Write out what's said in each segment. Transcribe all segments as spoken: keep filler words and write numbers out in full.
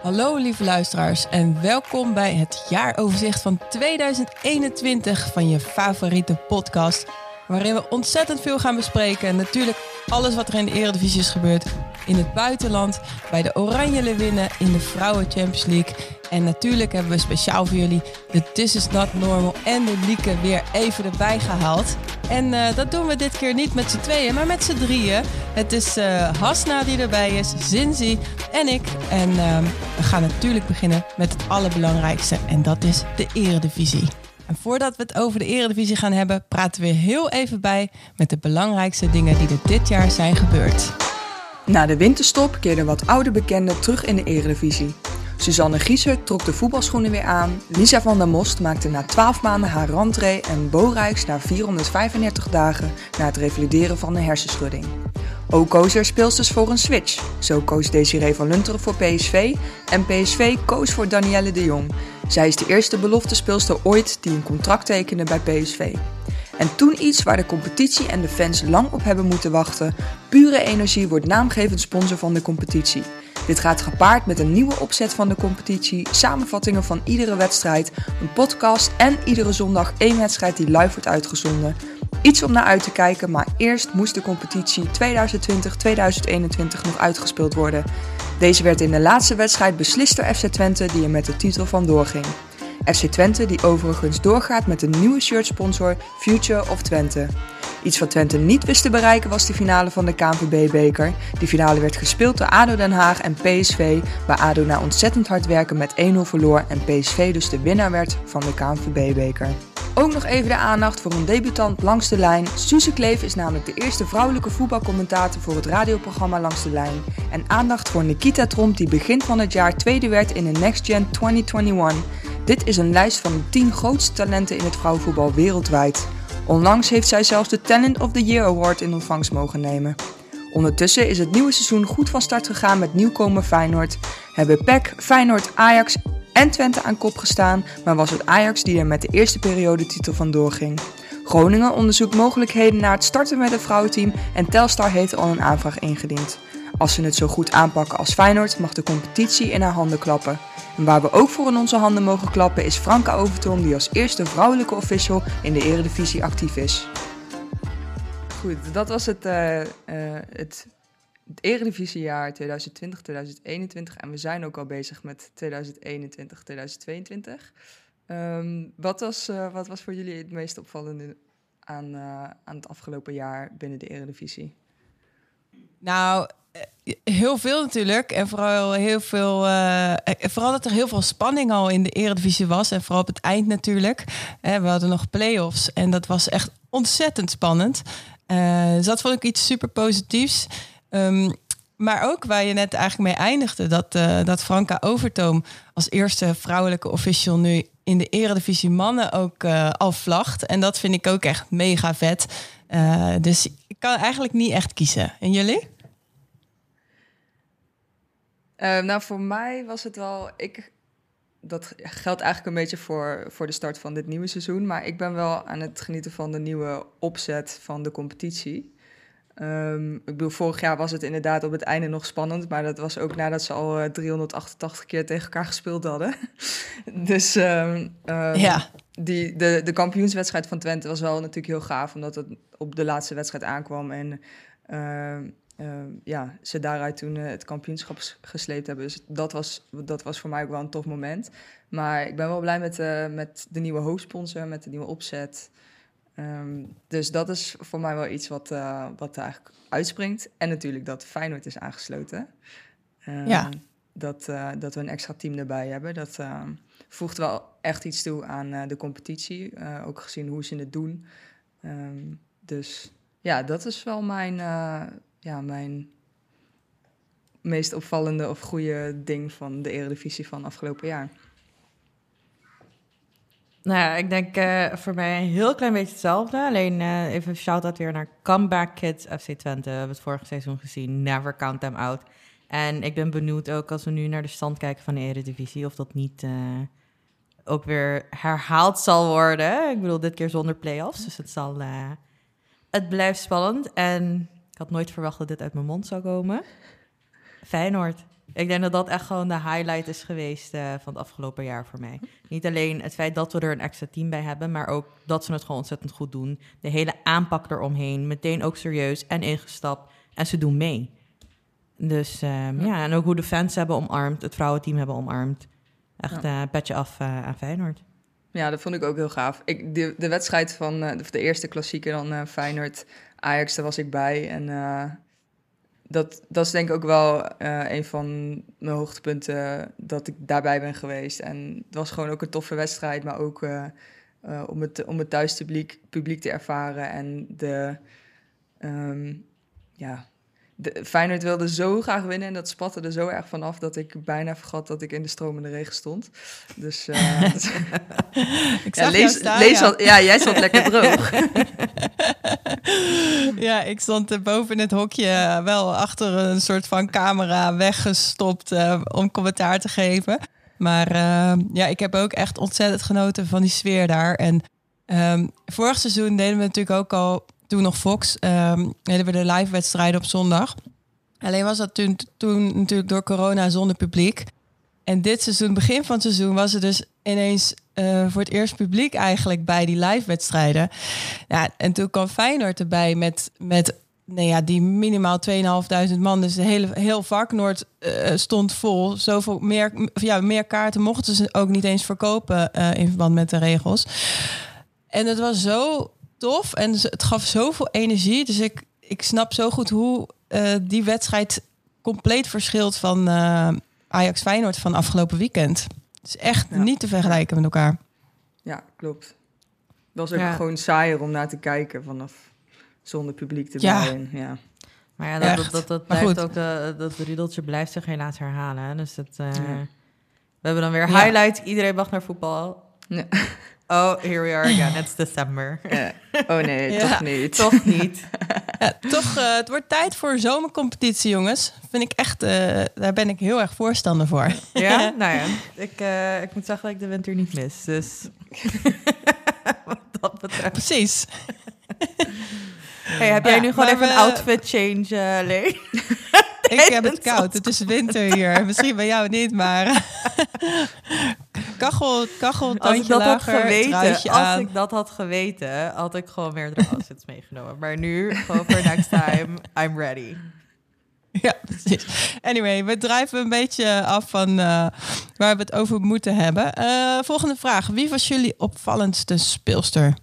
Hallo lieve luisteraars en welkom bij het jaaroverzicht van tweeduizend eenentwintig van je favoriete podcast. Waarin we ontzettend veel gaan bespreken en natuurlijk alles wat er in de Eredivisie is gebeurd. In het buitenland, bij de Oranje Leeuwinnen, in de Vrouwen Champions League. En natuurlijk hebben we speciaal voor jullie de This Is Not Normal en de Lieke weer even erbij gehaald. En uh, dat doen we dit keer niet met z'n tweeën, maar met z'n drieën. Het is uh, Hasna die erbij is, Zinzi en ik. En uh, we gaan natuurlijk beginnen met het allerbelangrijkste en dat is de Eredivisie. En voordat we het over de Eredivisie gaan hebben, praten we heel even bij met de belangrijkste dingen die er dit jaar zijn gebeurd. Na de winterstop keerden wat oude bekenden terug in de Eredivisie. Suzanne Grieser trok de voetbalschoenen weer aan, Lisa van der Most maakte na twaalf maanden haar rentree en Bo Rijks na vierhonderdvijfendertig dagen na het revalideren van een hersenschudding. Ook koos er speelsters voor een switch. Zo koos Desiree van Lunteren voor P S V en P S V koos voor Danielle de Jong. Zij is de eerste belofte speelster ooit die een contract tekende bij P S V. En toen iets waar de competitie en de fans lang op hebben moeten wachten. Pure Energie wordt naamgevend sponsor van de competitie. Dit gaat gepaard met een nieuwe opzet van de competitie, samenvattingen van iedere wedstrijd, een podcast en iedere zondag één wedstrijd die live wordt uitgezonden. Iets om naar uit te kijken, maar eerst moest de competitie tweeduizend twintig tweeduizend eenentwintig nog uitgespeeld worden. Deze werd in de laatste wedstrijd beslist door F C Twente die er met de titel vandoor ging. F C Twente die overigens doorgaat met een nieuwe shirtsponsor Future of Twente. Iets wat Twente niet wist te bereiken was de finale van de K N V B-beker. Die finale werd gespeeld door A D O Den Haag en P S V, waar A D O na ontzettend hard werken met één nul verloor en P S V dus de winnaar werd van de K N V B-beker. Ook nog even de aandacht voor een debutant Langs de Lijn. Suze Kleef is namelijk de eerste vrouwelijke voetbalcommentator voor het radioprogramma Langs de Lijn. En aandacht voor Nikita Tromp die begin van het jaar tweede werd in de Next Gen twintig eenentwintig. Dit is een lijst van de tien grootste talenten in het vrouwenvoetbal wereldwijd. Onlangs heeft zij zelfs de Talent of the Year Award in ontvangst mogen nemen. Ondertussen is het nieuwe seizoen goed van start gegaan met nieuwkomer Feyenoord. Hebben P E C, Feyenoord, Ajax en Twente aan kop gestaan, maar was het Ajax die er met de eerste periodetitel vandoor ging. Groningen onderzoekt mogelijkheden naar het starten met het vrouwenteam en Telstar heeft al een aanvraag ingediend. Als ze het zo goed aanpakken als Feyenoord mag de competitie in haar handen klappen. En waar we ook voor in onze handen mogen klappen is Franka Overtoom die als eerste vrouwelijke official in de Eredivisie actief is. Goed, dat was het, uh, uh, het, het Eredivisiejaar tweeduizend twintig tweeduizend eenentwintig en we zijn ook al bezig met tweeduizend eenentwintig tweeduizend tweeëntwintig. Um, wat, was, uh, wat was voor jullie het meest opvallende aan, uh, aan het afgelopen jaar binnen de Eredivisie? Nou, heel veel natuurlijk. En vooral heel veel. Uh, vooral dat er heel veel spanning al in de Eredivisie was. En vooral op het eind natuurlijk. Uh, we hadden nog play-offs. En dat was echt ontzettend spannend. Uh, dus dat vond ik iets super positiefs. Um, maar ook waar je net eigenlijk mee eindigde. Dat, uh, dat Franka Overtoom als eerste vrouwelijke official nu in de Eredivisie mannen ook uh, al vlagt. En dat vind ik ook echt mega vet. Uh, dus ik kan eigenlijk niet echt kiezen. En jullie? Uh, nou, voor mij was het wel... Ik, dat geldt eigenlijk een beetje voor, voor de start van dit nieuwe seizoen. Maar ik ben wel aan het genieten van de nieuwe opzet van de competitie. Um, ik bedoel, vorig jaar was het inderdaad op het einde nog spannend. Maar dat was ook nadat ze al uh, driehonderdachtentachtig keer tegen elkaar gespeeld hadden. dus um, um, ja. die, de, de kampioenswedstrijd van Twente was wel natuurlijk heel gaaf. Omdat het op de laatste wedstrijd aankwam. En uh, uh, ja, ze daaruit toen uh, het kampioenschap gesleept hebben. Dus dat was, dat was voor mij ook wel een tof moment. Maar ik ben wel blij met, uh, met de nieuwe hoofdsponsor, met de nieuwe opzet. Um, dus dat is voor mij wel iets wat, uh, wat eigenlijk uitspringt. En natuurlijk dat Feyenoord is aangesloten. Um, ja. Dat, uh, dat we een extra team erbij hebben. Dat uh, voegt wel echt iets toe aan uh, de competitie. Uh, ook gezien hoe ze het doen. Um, dus ja, dat is wel mijn, uh, ja, mijn meest opvallende of goede ding van de Eredivisie van afgelopen jaar. Nou ja, ik denk uh, voor mij een heel klein beetje hetzelfde. Alleen uh, even een shout-out weer naar Comeback Kids F C Twente. We hebben het vorige seizoen gezien. Never count them out. En ik ben benieuwd ook als we nu naar de stand kijken van de Eredivisie... of dat niet uh, ook weer herhaald zal worden. Ik bedoel, dit keer zonder play-offs. Dus het, zal, uh, het blijft spannend. En ik had nooit verwacht dat dit uit mijn mond zou komen. Feyenoord. Ik denk dat dat echt gewoon de highlight is geweest uh, van het afgelopen jaar voor mij. Niet alleen het feit dat we er een extra team bij hebben, maar ook dat ze het gewoon ontzettend goed doen. De hele aanpak eromheen, meteen ook serieus en ingestapt. En ze doen mee. Dus um, ja. ja, en ook hoe de fans hebben omarmd, het vrouwenteam hebben omarmd. Echt ja. uh, petje af uh, aan Feyenoord. Ja, dat vond ik ook heel gaaf. Ik, de, de wedstrijd van uh, de, de eerste klassieker dan uh, Feyenoord-Ajax, daar was ik bij. En uh, dat, dat is denk ik ook wel uh, een van mijn hoogtepunten dat ik daarbij ben geweest. En het was gewoon ook een toffe wedstrijd, maar ook uh, uh, om, het, om het thuis publiek, publiek te ervaren. En de, um, ja, de, Feyenoord wilde zo graag winnen en dat spatte er zo erg vanaf dat ik bijna vergat dat ik in de stromende regen stond. Dus uh, ik zag ja, lees, staan, lees ja. Al, ja, jij stond lekker droog. Ja, ik stond er boven in het hokje wel achter een soort van camera weggestopt uh, om commentaar te geven. Maar uh, ja, ik heb ook echt ontzettend genoten van die sfeer daar. En um, vorig seizoen deden we natuurlijk ook al, toen nog Fox, um, deden we de live wedstrijden op zondag. Alleen was dat toen, toen natuurlijk door corona zonder publiek. En dit seizoen, begin van het seizoen, was er dus ineens uh, voor het eerst publiek eigenlijk bij die live-wedstrijden. Ja, en toen kwam Feyenoord erbij met, met nou ja, die minimaal tweeduizend man. Dus de hele, heel Varkenoord uh, stond vol. Zoveel meer, ja, meer kaarten mochten ze ook niet eens verkopen uh, in verband met de regels. En het was zo tof en het gaf zoveel energie. Dus ik, ik snap zo goed hoe uh, die wedstrijd compleet verschilt van Uh, Ajax Feyenoord van afgelopen weekend. Het is echt ja. niet te vergelijken met elkaar. Ja, klopt. Dat was ook ja. gewoon saaier om naar te kijken vanaf zonder publiek erbij. Ja. En, ja. Maar ja, dat, dat, dat, dat blijft ook, de, dat riedeltje blijft zich helaas herhalen. Hè? Dus dat, uh, ja. we hebben dan weer ja. highlights. Iedereen wacht naar voetbal. Ja. Oh, here we are again. It's December. Ja. Oh nee, ja. toch niet. Toch niet. Ja, toch, uh, het wordt tijd voor zomercompetitie, jongens. Vind ik echt, uh, daar ben ik heel erg voorstander voor. Ja, nou ja, ik, uh, ik moet zeggen dat ik de winter niet mis. Dus wat dat betreft. Precies. Hey, heb jij ja, nu gewoon even we... een outfit change, uh, Lee? Ik heb het koud. Het is winter hier. Misschien bij jou niet, maar kachel, kachel, als ik dat lager, had geweten, als aan. ik dat had geweten, had ik gewoon meerdere outfits meegenomen. Maar nu, gewoon voor next time, I'm ready. Ja, precies. Anyway, we drijven een beetje af van uh, waar we het over moeten hebben. Uh, volgende vraag. Wie was jullie opvallendste speelster?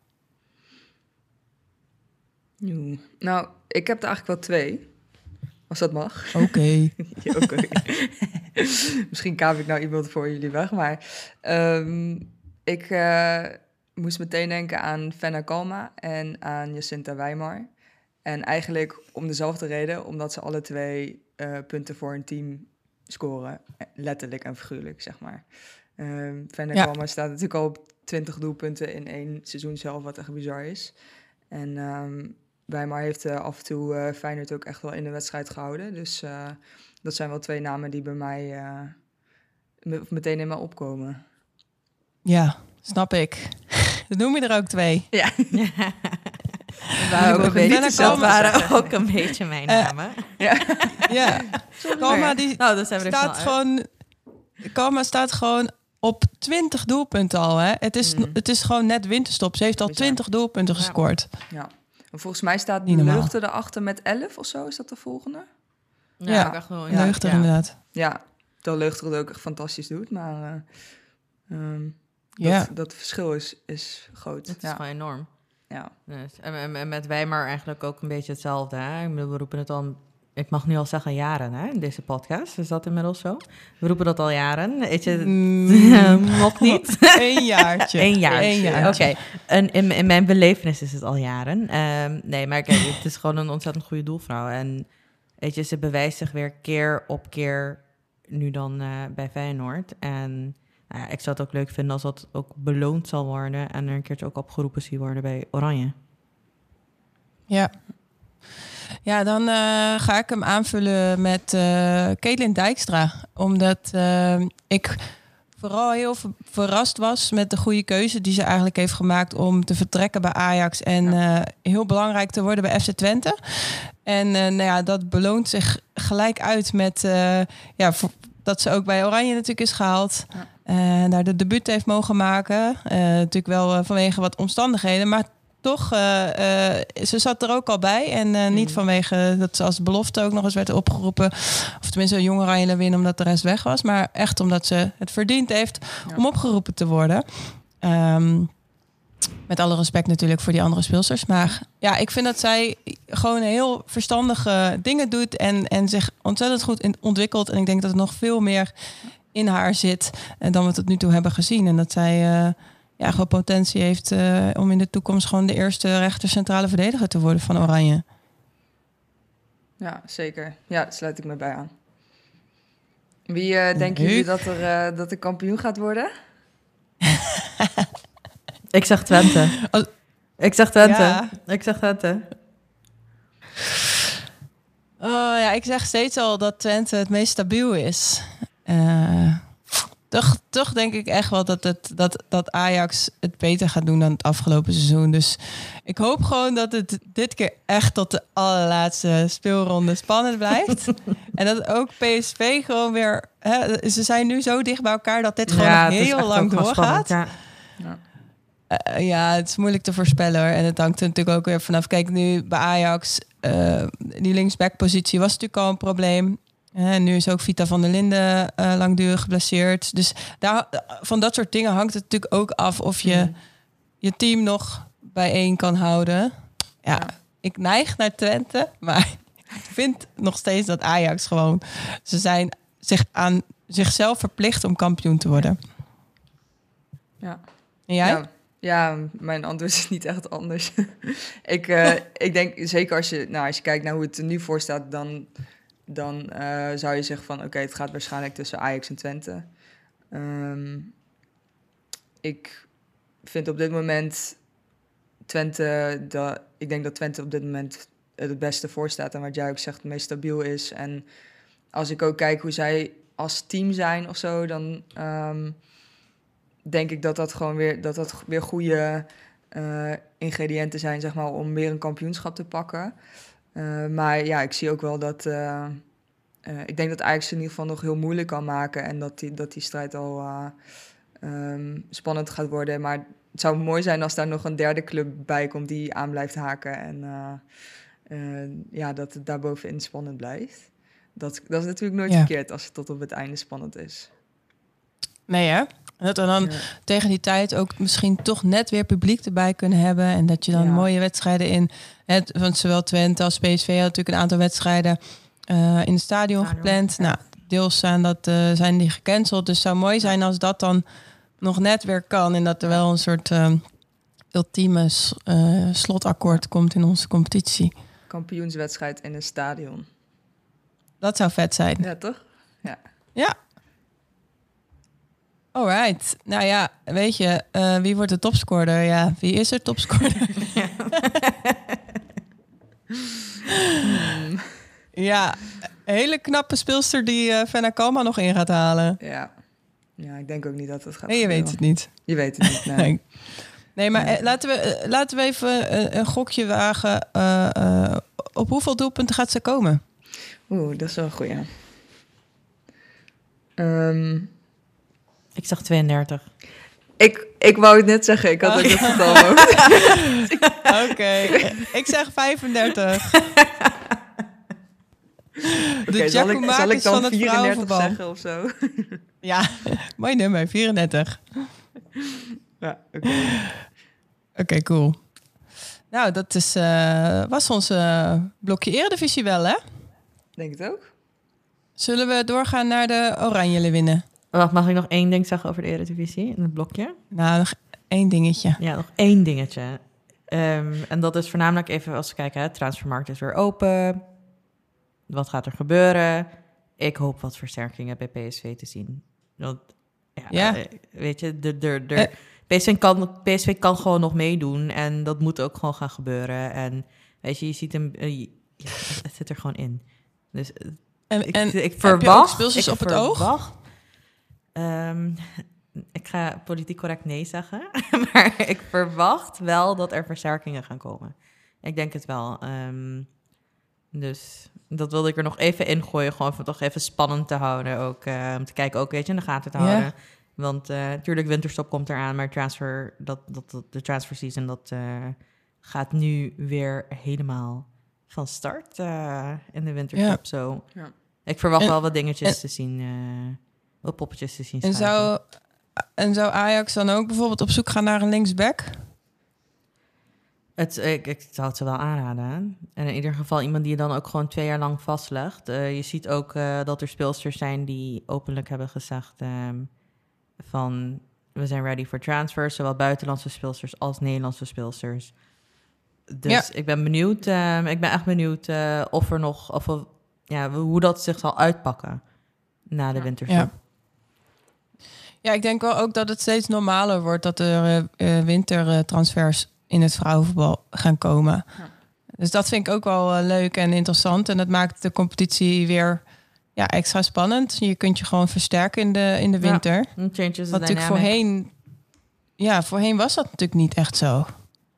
Nou, ik heb er eigenlijk wel twee. Als dat mag. Oké. Okay. Ja, okay. Misschien kaap ik nou iemand voor jullie weg, maar um, ik uh, moest meteen denken aan Fenna Kalma en aan Jacinta Weimar. En eigenlijk om dezelfde reden, omdat ze alle twee uh, punten voor een team scoren. Letterlijk en figuurlijk, zeg maar. Um, Fenna ja. Kalma staat natuurlijk al op twintig doelpunten in één seizoen zelf, wat echt bizar is. En Um, Weimar heeft uh, af en toe uh, Feyenoord ook echt wel in de wedstrijd gehouden. Dus uh, dat zijn wel twee namen die bij mij uh, me- meteen in mij opkomen. Ja, snap ik. Dan noem je er ook twee. Ja. ja. Ook een beetje, dat waren ook een beetje mijn namen. Uh, ja. ja. Kalma die nou, dat zijn we staat gewoon. Kalma staat gewoon op twintig doelpunten al. Hè? Het is, mm. het is gewoon net winterstop. Ze heeft al twintig doelpunten gescoord. Ja. Volgens mij staat Leugter erachter met elf of zo. Is dat de volgende? Ja, ja. Echt wel, ja. Leugter ja. inderdaad. Ja, terwijl Leugter het ook echt fantastisch doet. Maar uh, um, ja. dat, dat verschil is, is groot. Het is ja. gewoon enorm. Ja. Dus, en, en met Weimar eigenlijk ook een beetje hetzelfde. Hè? Ik bedoel, we roepen het al, ik mag nu al zeggen jaren hè, in deze podcast. Is dat inmiddels zo? We roepen dat al jaren. Weet je, mm. nog niet? Eén jaartje. Eén jaartje. Eén jaartje. Oké. Okay. In, in mijn belevenis is het al jaren. Um, nee, maar kijk, het is gewoon een ontzettend goede doelvrouw. En weet je, ze bewijst zich weer keer op keer nu dan uh, bij Feyenoord. En nou ja, ik zou het ook leuk vinden als dat ook beloond zal worden en er een keertje ook opgeroepen zie worden bij Oranje. Ja. Ja, dan uh, ga ik hem aanvullen met uh, Caitlin Dijkstra. Omdat uh, ik vooral heel ver- verrast was met de goede keuze die ze eigenlijk heeft gemaakt om te vertrekken bij Ajax en ja. uh, heel belangrijk te worden bij F C Twente. En uh, nou ja, dat beloont zich gelijk uit met uh, ja, voor, dat ze ook bij Oranje natuurlijk is gehaald. Ja. Uh, daar de debuut heeft mogen maken. Uh, natuurlijk wel uh, vanwege wat omstandigheden, maar toch, uh, uh, ze zat er ook al bij. En uh, niet mm. vanwege dat ze als belofte ook nog eens werd opgeroepen. Of tenminste een jong Oranje winnen omdat de rest weg was. Maar echt omdat ze het verdiend heeft ja. om opgeroepen te worden. Um, met alle respect natuurlijk voor die andere speelsters. Maar ja, ik vind dat zij gewoon heel verstandige dingen doet. En, en zich ontzettend goed in, ontwikkelt. En ik denk dat er nog veel meer in haar zit uh, dan we tot nu toe hebben gezien. En dat zij... Uh, ja, gewoon potentie heeft uh, om in de toekomst gewoon de eerste rechter centrale verdediger te worden van Oranje. Ja, zeker. Ja, daar sluit ik me bij aan. Wie uh, denken jullie dat er uh, dat de kampioen gaat worden? Ik zeg Twente. Als... Ik zeg Twente. Ja. Ik zeg Twente. Oh ja, ik zeg steeds al dat Twente het meest stabiel is. Uh, Toch, toch denk ik echt wel dat, het, dat, dat Ajax het beter gaat doen dan het afgelopen seizoen. Dus ik hoop gewoon dat het dit keer echt tot de allerlaatste speelronde spannend blijft. En dat ook P S V gewoon weer... Hè, ze zijn nu zo dicht bij elkaar dat dit gewoon ja, heel lang doorgaat. Ja. Ja. Uh, ja, het is moeilijk te voorspellen hoor. En het hangt er natuurlijk ook weer vanaf. Kijk, nu bij Ajax, uh, die linksbackpositie was natuurlijk al een probleem. En nu is ook Vita van der Linden uh, langdurig geblesseerd. Dus daar, van dat soort dingen hangt het natuurlijk ook af of je mm. je team nog bijeen kan houden. Ja, ja, ik neig naar Twente, maar ik vind nog steeds dat Ajax gewoon... Ze zijn zich aan zichzelf verplicht om kampioen te worden. Ja. En jij? Ja. Ja, mijn antwoord is niet echt anders. ik, uh, ik denk, zeker als je, nou, als je kijkt naar hoe het er nu voor staat... dan, dan uh, zou je zeggen van... oké, okay, het gaat waarschijnlijk tussen Ajax en Twente. Um, ik vind op dit moment Twente... Dat, ik denk dat Twente op dit moment het beste voor staat... en wat jij ook zegt, het meest stabiel is. En als ik ook kijk hoe zij als team zijn of zo... dan... Um, denk ik dat dat gewoon weer, dat dat weer goede uh, ingrediënten zijn, zeg maar, om weer een kampioenschap te pakken. Uh, maar ja, ik zie ook wel dat... Uh, uh, ik denk dat Ajax in ieder geval nog heel moeilijk kan maken... en dat die, dat die strijd al uh, um, spannend gaat worden. Maar het zou mooi zijn als daar nog een derde club bij komt... die aan blijft haken en uh, uh, ja, dat het daarbovenin spannend blijft. Dat, dat is natuurlijk nooit ja. verkeerd als het tot op het einde spannend is. Nee, hè? Dat we dan ja. tegen die tijd ook misschien toch net weer publiek erbij kunnen hebben. En dat je dan ja. mooie wedstrijden in... Het, want zowel Twente als P S V had natuurlijk een aantal wedstrijden uh, in het stadion Stadion, gepland. Ja. Nou, deels zijn, dat, uh, zijn die gecanceld. Dus het zou mooi zijn als dat dan nog net weer kan. En dat er wel een soort uh, ultieme uh, slotakkoord komt in onze competitie. Kampioenswedstrijd in een stadion. Dat zou vet zijn. Ja, toch? Ja. Ja. Alright. Nou ja, weet je, uh, wie wordt de topscorer? Ja, wie is er topscorer? Ja, hmm. ja, hele knappe speelster die uh, Fenna Koma nog in gaat halen. Ja. Ja, ik denk ook niet dat het gaat Nee, je gebeuren. weet het niet. Je weet het niet, nee. Nee, maar nee. Uh, laten, we, uh, laten we even uh, een gokje wagen. Uh, uh, op hoeveel doelpunten gaat ze komen? Oeh, dat is wel een goeie. Um, Ik zag tweeëndertig. Ik, ik wou het net zeggen, ik had oh, ook het getal ook. Oké, okay. Ik zeg vijfendertig. De okay, zal, ik, zal ik dan van het vierendertig zeggen of zo? Ja, mooi nummer, vierendertig. Ja, oké. Okay. Oké, okay, cool. Nou, dat is, uh, was ons uh, blokje Eredivisie wel, hè? Denk het ook. Zullen we doorgaan naar de Oranje winnen? Wacht, mag ik nog één ding zeggen over de Eredivisie in het blokje? Nou, nog één dingetje. Ja, nog één dingetje. Um, en dat is voornamelijk even als we kijken, hè, de transfermarkt is weer open. Wat gaat er gebeuren? Ik hoop wat versterkingen bij P S V te zien. Want, ja, ja. Uh, weet je, de, de, de, uh. P S V kan, P S V kan gewoon nog meedoen en dat moet ook gewoon gaan gebeuren. En weet je, je ziet hem, uh, ja, het zit er gewoon in. Dus uh, en, ik, en ik, ik verwacht... speelsters op het verwacht, oog? Um, ik ga politiek correct nee zeggen. Maar ik verwacht wel dat er versterkingen gaan komen. Ik denk het wel. Um, dus dat wilde ik er nog even ingooien. Gewoon om het toch even spannend te houden. Ook, uh, om te kijken, ook weet je, in de gaten te houden. Ja. Want natuurlijk, uh, winterstop komt eraan. Maar transfer, dat, dat, dat, de transfer season, dat uh, gaat nu weer helemaal van start uh, in de winterstop. Zo. Ja. So, ik verwacht en, wel wat dingetjes en, te zien. Uh, wat poppetjes te zien. En zou, en zou Ajax dan ook bijvoorbeeld op zoek gaan naar een linksback? Het, ik, ik zou het ze wel aanraden. En in ieder geval iemand die je dan ook gewoon twee jaar lang vastlegt. Uh, je ziet ook uh, dat er speelsters zijn die openlijk hebben gezegd um, van we zijn ready for transfers, zowel buitenlandse speelsters als Nederlandse speelsters. Dus ja. ik ben benieuwd. Uh, ik ben echt benieuwd uh, of er nog, of er, ja, hoe dat zich zal uitpakken na de winterstop. Ja. ja, ik denk wel ook dat het steeds normaler wordt dat er uh, wintertransfers in het vrouwenvoetbal gaan komen. Ja. Dus dat vind ik ook wel uh, leuk en interessant. En dat maakt de competitie weer ja, extra spannend. Je kunt je gewoon versterken in de, in de winter. Ja, changes Wat natuurlijk voorheen... Ja, voorheen was dat natuurlijk niet echt zo.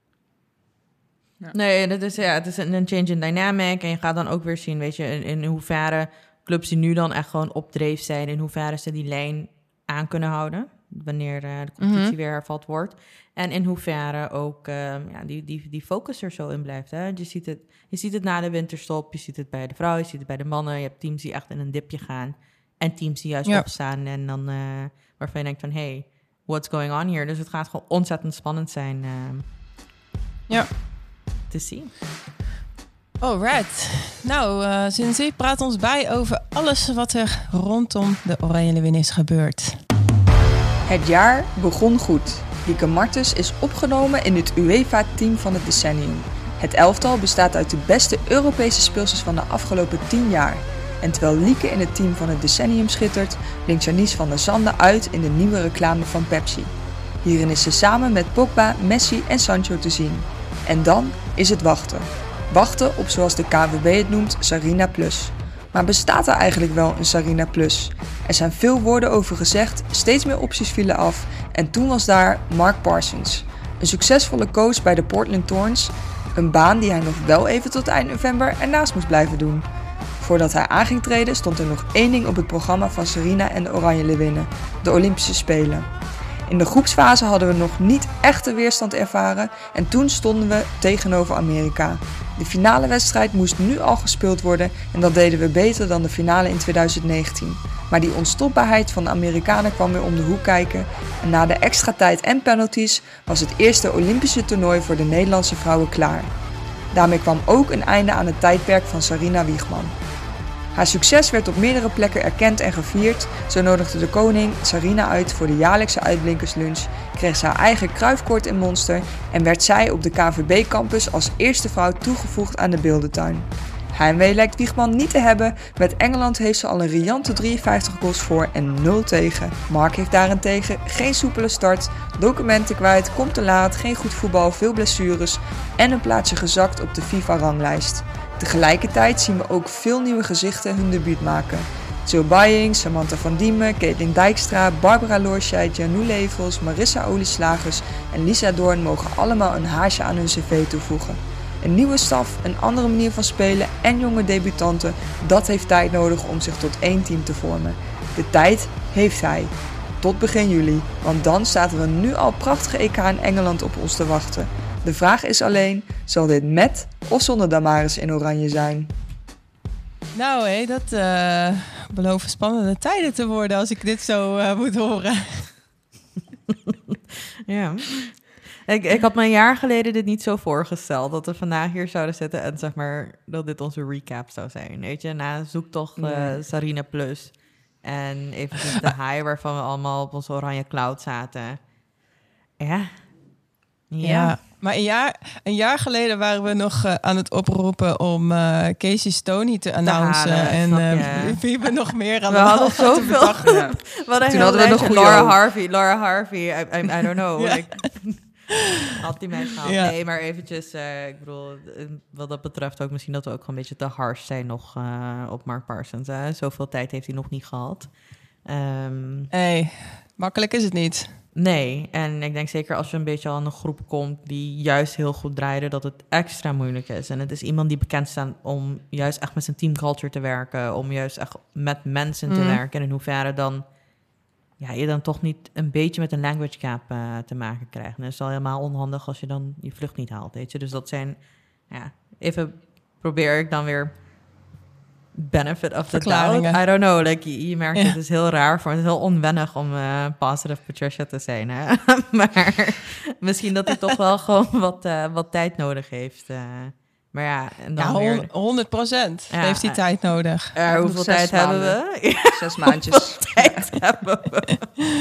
Ja. Nee, dat is, ja, het is een, een change in dynamic. En je gaat dan ook weer zien, weet je, in, in hoeverre clubs die nu dan echt gewoon op dreef zijn, in hoeverre ze die lijn aan kunnen houden wanneer uh, de competitie mm-hmm. weer hervat wordt. En in hoeverre ook uh, ja, die, die, die focus er zo in blijft. Hè? Je, ziet het, je ziet het na de winterstop, je ziet het bij de vrouwen, je ziet het bij de mannen. Je hebt teams die echt in een dipje gaan en teams die juist ja. opstaan. En dan uh, waarvan je denkt van, hey, what's going on here? Dus het gaat gewoon ontzettend spannend zijn uh, ja. te zien. Alright. Nou, uh, Zinzi, praat ons bij over alles wat er rondom de Oranje Leeuwinnen is gebeurd. Het jaar begon goed. Lieke Martens is opgenomen in het UEFA-team van het decennium. Het elftal bestaat uit de beste Europese speelsters van de afgelopen tien jaar. En terwijl Lieke in het team van het decennium schittert, blinkt Janice van der Zanden uit in de nieuwe reclame van Pepsi. Hierin is ze samen met Pogba, Messi en Sancho te zien. En dan is het wachten. Wachten op, zoals de K N V B het noemt, Sarina Plus. Maar bestaat er eigenlijk wel een Sarina Plus? Er zijn veel woorden over gezegd, steeds meer opties vielen af en toen was daar Mark Parsons. Een succesvolle coach bij de Portland Thorns, een baan die hij nog wel even tot eind november ernaast moest blijven doen. Voordat hij aan ging treden stond er nog één ding op het programma van Sarina en de Oranje Leeuwinnen, de Olympische Spelen. In de groepsfase hadden we nog niet echte weerstand ervaren en toen stonden we tegenover Amerika. De finale wedstrijd moest nu al gespeeld worden en dat deden we beter dan de finale in twintig negentien. Maar die onstopbaarheid van de Amerikanen kwam weer om de hoek kijken en na de extra tijd en penalties was het eerste Olympische toernooi voor de Nederlandse vrouwen klaar. Daarmee kwam ook een einde aan het tijdperk van Sarina Wiegman. Haar succes werd op meerdere plekken erkend en gevierd. Zo nodigde de koning Sarina uit voor de jaarlijkse uitblinkerslunch, kreeg ze haar eigen Kruifkoord in Monster en werd zij op de K N V B-campus als eerste vrouw toegevoegd aan de beeldentuin. Heimwee lijkt Wiegman niet te hebben. Met Engeland heeft ze al een riante drieënvijftig goals voor en nul tegen. Mark heeft daarentegen geen soepele start, documenten kwijt, komt te laat, geen goed voetbal, veel blessures en een plaatsje gezakt op de FIFA-ranglijst. Tegelijkertijd zien we ook veel nieuwe gezichten hun debuut maken. Jill Bying, Samantha van Diemen, Caitlin Dijkstra, Barbara Loorscheid, Janou Levels, Marissa Olieslagers en Lisa Doorn mogen allemaal een haasje aan hun cv toevoegen. Een nieuwe staf, een andere manier van spelen en jonge debutanten, dat heeft tijd nodig om zich tot één team te vormen. De tijd heeft hij. Tot begin juli, want dan staat er een nu al prachtige E K in Engeland op ons te wachten. De vraag is alleen, zal dit met of zonder Damaris in oranje zijn? Nou hé, dat uh, beloven spannende tijden te worden als ik dit zo uh, moet horen. Ja. Ik, ik had me een jaar geleden dit niet zo voorgesteld, dat we vandaag hier zouden zitten en zeg maar dat dit onze recap zou zijn. Weet je, na zoektocht uh, Sarina Plus en eventjes de high waarvan we allemaal op onze oranje cloud zaten. Ja. Ja. ja. Maar een jaar, een jaar geleden waren we nog uh, aan het oproepen om uh, Casey Stoney te announcen. Te en uh, wie we nog meer aan we hadden zoveel. Ja. Toen hadden we nog goede Laura Harvey. Laura Harvey, I, I, I don't know. Ja. Like, had die mij gehaald? Ja. Nee, maar eventjes, uh, ik bedoel, wat dat betreft ook misschien dat we ook gewoon een beetje te harsh zijn nog uh, op Mark Parsons. Hè? Zoveel tijd heeft hij nog niet gehad. Um, hey, makkelijk is het niet. Nee, en ik denk zeker als je een beetje al in een groep komt die juist heel goed draaide, dat het extra moeilijk is. En het is iemand die bekend staat om juist echt met zijn teamculture te werken, om juist echt met mensen te mm. werken. En in hoeverre dan ja, je dan toch niet een beetje met een language gap uh, te maken krijgt. En dat is al helemaal onhandig als je dan je vlucht niet haalt, weet je. Dus dat zijn, ja, even probeer ik dan weer benefit of the doubt. I don't know, like, je, je merkt ja. Het is heel raar voor, het is heel onwennig om uh, positive Patricia te zijn, hè? Maar misschien dat hij toch wel gewoon wat, uh, wat tijd nodig heeft. Uh, maar ja, en dan ja, weer... honderd procent ja, heeft hij tijd nodig. Uh, uh, hoeveel tijd maanden. hebben we? Zes maandjes. tijd hebben we?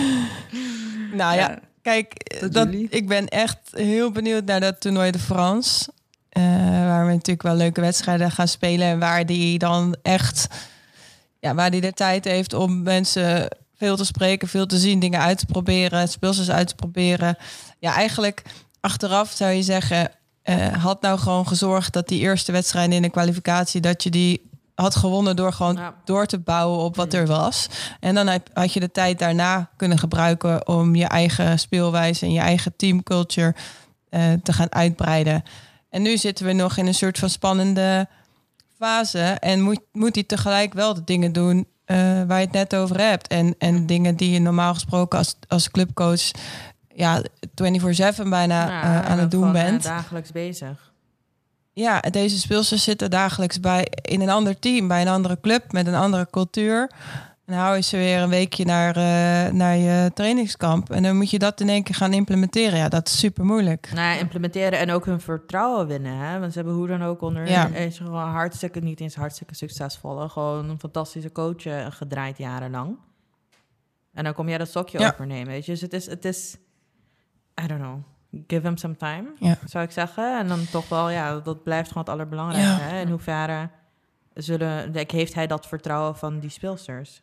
Nou ja, ja kijk, dat, ik ben echt heel benieuwd naar dat toernooi de France. Uh, waar we natuurlijk wel leuke wedstrijden gaan spelen. En waar die dan echt... Ja, waar die de tijd heeft om mensen veel te spreken, veel te zien, dingen uit te proberen, speelsels uit te proberen. Ja, eigenlijk achteraf zou je zeggen... Uh, had nou gewoon gezorgd dat die eerste wedstrijden in de kwalificatie... dat je die had gewonnen door gewoon ja. door te bouwen op wat er was. En dan had, had je de tijd daarna kunnen gebruiken... om je eigen speelwijze en je eigen teamculture uh, te gaan uitbreiden. En nu zitten we nog in een soort van spannende fase. En moet, moet hij tegelijk wel de dingen doen uh, waar je het net over hebt. En, en dingen die je normaal gesproken als, als clubcoach... ja, vierentwintig zeven bijna ja, uh, aan het doen bent. Uh, dagelijks bezig. Ja, deze speelsters zitten dagelijks bij in een ander team, bij een andere club met een andere cultuur. En dan hou je ze weer een weekje naar, uh, naar je trainingskamp. En dan moet je dat in één keer gaan implementeren. Ja, dat is super moeilijk. Nou ja, implementeren en ook hun vertrouwen winnen. Hè? Want ze hebben hoe dan ook onder ja. is gewoon hartstikke, niet eens hartstikke succesvolle, gewoon een fantastische coach uh, gedraaid jarenlang. En dan kom jij dat stokje ja. overnemen, weet je. Dus het is, het is, I don't know, give him some time, ja. zou ik zeggen. En dan toch wel, ja, dat blijft gewoon het allerbelangrijkste. Ja. Hè? In hoeverre zullen, heeft hij dat vertrouwen van die speelsters?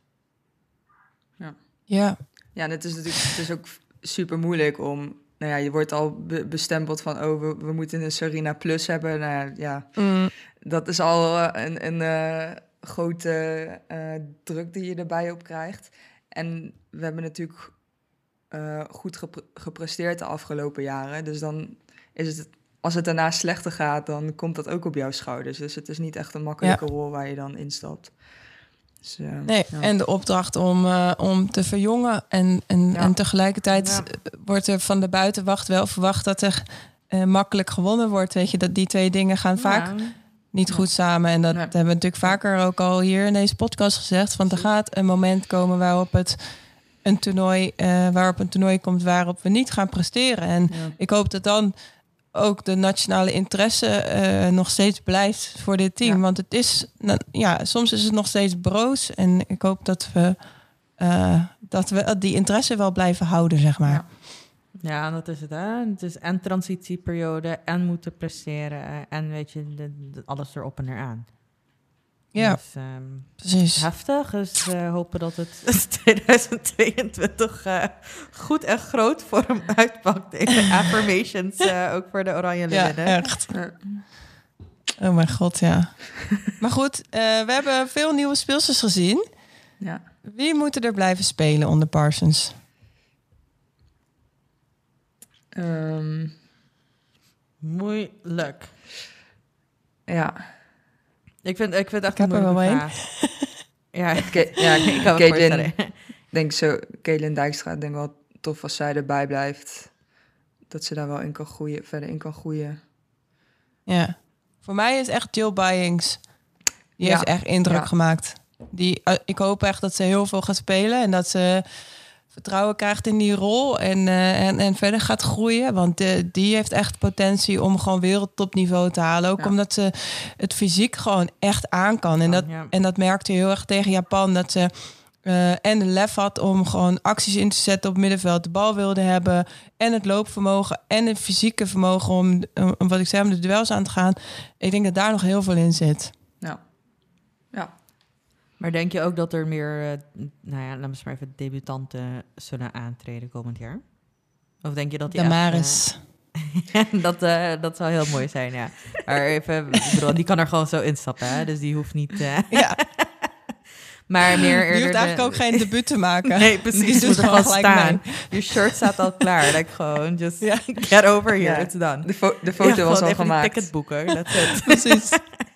Ja. Ja. Ja, en het is natuurlijk het is ook super moeilijk om... Nou ja, je wordt al be- bestempeld van... oh, we, we moeten een Serena Plus hebben. Nou ja, mm. dat is al uh, een, een uh, grote uh, druk die je erbij op krijgt. En we hebben natuurlijk uh, goed gepre- gepresteerd de afgelopen jaren. Dus dan is het... Als het daarna slechter gaat, dan komt dat ook op jouw schouders. Dus het is niet echt een makkelijke ja. rol waar je dan instapt. Dus, uh, nee, ja. en de opdracht om, uh, om te verjongen. En, en, ja. en tegelijkertijd ja. wordt er van de buitenwacht wel verwacht dat er uh, makkelijk gewonnen wordt. Weet je, dat die twee dingen gaan ja. vaak niet ja. goed samen. En dat ja. hebben we natuurlijk vaker ook al hier in deze podcast gezegd. Want er gaat een moment komen waarop het een toernooi, uh, waarop een toernooi komt waarop we niet gaan presteren. En ja. ik hoop dat dan ook de nationale interesse uh, nog steeds blijft voor dit team. Ja. Want het is, nou, ja, soms is het nog steeds broos. En ik hoop dat we, uh, dat we die interesse wel blijven houden, zeg maar. Ja, ja dat is het, hè. Het is en transitieperiode en moeten presteren. En weet je, de, de, alles erop en eraan. Ja, dus, um, precies. Heftig. Dus we uh, hopen dat het tweeduizend tweeëntwintig uh, goed en groot voor hem uitpakt. Deze affirmations, uh, ook voor de Oranje Leeuwinnen. Ja, echt. Oh mijn god, ja. Maar goed, uh, we hebben veel nieuwe speelsters gezien. Ja. Wie moeten er blijven spelen onder Parsons? Um, Moeilijk. Ja. Ik vind, ik vind het echt ik een moeilijke vraag. ja, Ke- ja, ik kan het voorstellen. Ik denk zo, Kaelin Dijkstra, denk wel tof als zij erbij blijft. Dat ze daar wel in kan groeien, verder in kan groeien. Ja, voor mij is echt Jill Byings. Die ja. heeft echt indruk ja. gemaakt. Die, uh, ik hoop echt dat ze heel veel gaat spelen en dat ze vertrouwen krijgt in die rol en, uh, en, en verder gaat groeien. Want uh, die heeft echt potentie om gewoon wereldtopniveau te halen. Ook ja. omdat ze het fysiek gewoon echt aan kan. En dat, ja. en dat merkte je heel erg tegen Japan. Dat ze uh, en de lef had om gewoon acties in te zetten op middenveld. De bal wilde hebben. En het loopvermogen. En het fysieke vermogen om, om wat ik zei, om de duels aan te gaan. Ik denk dat daar nog heel veel in zit. Ja. Ja. Maar denk je ook dat er meer, uh, nou ja, laten we maar even debutanten zullen aantreden komend jaar? Of denk je dat die Damaris. Echt, uh, dat, uh, dat zou heel mooi zijn, ja. Maar even, ik bedoel, die kan er gewoon zo instappen, hè? Dus die hoeft niet. Uh... Ja. Maar meer Je eerder hoeft eigenlijk de- ook geen debuut te maken. Nee, precies. Die Je doet moet er gewoon gewoon gelijk staan. mee. Je shirt staat al klaar. Like gewoon, just Ja. get over here, Ja. it's done. De, fo- de foto Ja, was gewoon al even gemaakt. die ticket boeken, that's it. Precies.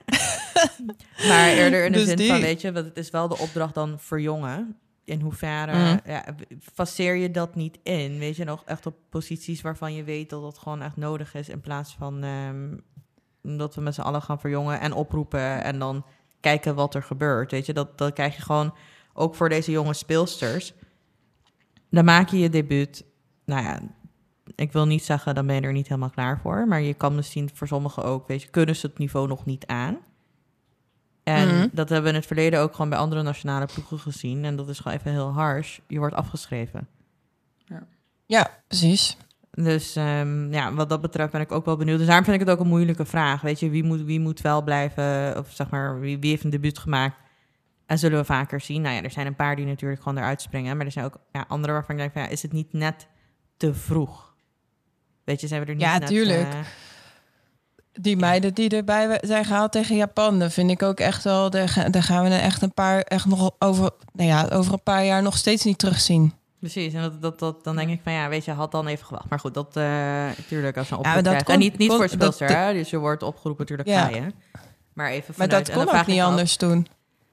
Maar eerder in de Dus zin die. van, weet je, want het is wel de opdracht dan voor jongen. In hoeverre Mhm. ja, faceer je dat niet in? Weet je, nog echt op posities waarvan je weet dat dat gewoon echt nodig is. In plaats van ehm, dat we met z'n allen gaan verjongen en oproepen en dan kijken wat er gebeurt. Weet je, dat, dat krijg je gewoon ook voor deze jonge speelsters. Dan maak je je debuut. Nou ja, ik wil niet zeggen, dan ben je er niet helemaal klaar voor. Maar je kan misschien voor sommigen ook, weet je, kunnen ze het niveau nog niet aan. En Mhm. dat hebben we in het verleden ook gewoon bij andere nationale ploegen gezien. En dat is gewoon even heel harsh. Je wordt afgeschreven. Ja, precies. Dus um, ja, wat dat betreft ben ik ook wel benieuwd. Dus daarom vind ik het ook een moeilijke vraag. Weet je, wie moet, wie moet wel blijven? Of zeg maar, wie, wie heeft een debuut gemaakt? En zullen we vaker zien? Nou ja, er zijn een paar die natuurlijk gewoon eruit springen. Maar er zijn ook ja, andere waarvan ik denk van, ja, is het niet net te vroeg? Weet je, zijn we er niet Ja, net... tuurlijk. Uh, Die meiden die erbij zijn gehaald tegen Japan, dat vind ik ook echt wel. Daar, ga- daar gaan we er echt een paar, echt nog over, nou ja, over een paar jaar nog steeds niet terugzien. Precies, en dat, dat, dat, dan denk ik van ja, weet je, had dan even gewacht. Maar goed, dat uh, natuurlijk als je een Ja, oproep maar dat krijgt. kon- En niet, niet kon- voor speelster, dat- hè? Dus je wordt opgeroepen, natuurlijk Ja. ga je. Maar even Maar vanuit... dat en kon dan ook vraag niet ik me anders toen.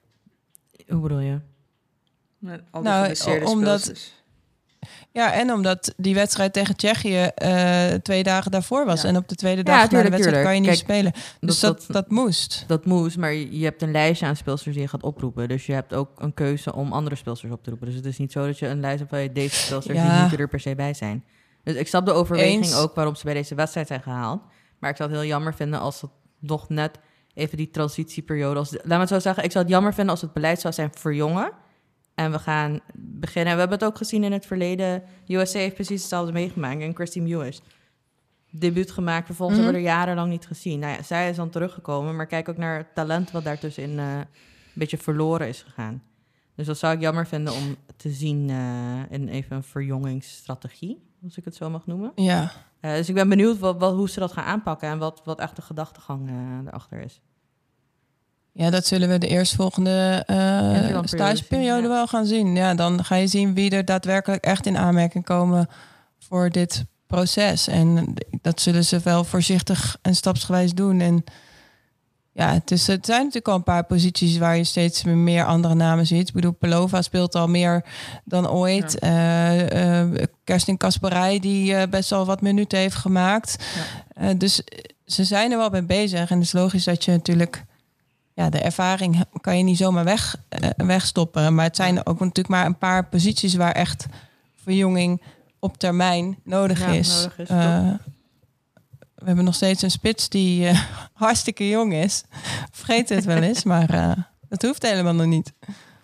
af- Hoe bedoel je? Met al die Nou, geblesseerde omdat- speelsters. Ja, en omdat die wedstrijd tegen Tsjechië uh, twee dagen daarvoor was. Ja. En op de tweede Ja, dag na de tuurlijk, wedstrijd tuurlijk. kan je niet Kijk, spelen. Dus dat- dat, dat, moest. Dat moest, maar je je hebt een lijstje aan speelsters die je gaat oproepen. Dus je hebt ook een keuze om andere speelsters op te roepen. Dus het is niet zo dat je een lijst hebt van deze speelsters Ja. die moeten er per se bij zijn. Dus ik snap de overweging Eens. ook waarom ze bij deze wedstrijd zijn gehaald. Maar ik zou het heel jammer vinden als het nog net even die transitieperiode... Als, laat me het zo zeggen, ik zou het jammer vinden als het beleid zou zijn voor jongen. En we gaan beginnen. We hebben het ook gezien in het verleden. U S A heeft precies hetzelfde meegemaakt. En Christy Mewis. Debuut gemaakt. Vervolgens Mhm. hebben we er jarenlang niet gezien. Nou ja, zij is dan teruggekomen. Maar kijk ook naar het talent wat daartussenin uh, een beetje verloren is gegaan. Dus dat zou ik jammer vinden om te zien uh, in even een verjongingsstrategie. Als ik het zo mag noemen. Ja. Uh, dus ik ben benieuwd wat, wat, hoe ze dat gaan aanpakken. En wat, wat echt de gedachtegang uh, erachter is. Ja, dat zullen we de eerstvolgende uh, stageperiode ja. wel gaan zien. Ja, dan ga je zien wie er daadwerkelijk echt in aanmerking komen voor dit proces. En dat zullen ze wel voorzichtig en stapsgewijs doen. En ja, het, is, het zijn natuurlijk al een paar posities waar je steeds meer andere namen ziet. Ik bedoel, Pelova speelt al meer dan ooit. Ja. Uh, uh, Kerstin Kasperij, die uh, best wel wat minuten heeft gemaakt. Ja. Uh, dus ze zijn er wel mee bezig. En het is logisch dat je natuurlijk... Ja, de ervaring kan je niet zomaar weg, uh, wegstoppen. Maar het zijn ook natuurlijk maar een paar posities waar echt verjonging op termijn nodig ja, is. Nodig is uh, we hebben nog steeds een spits die uh, hartstikke jong is. Vergeet het wel eens, maar uh, dat hoeft helemaal nog niet.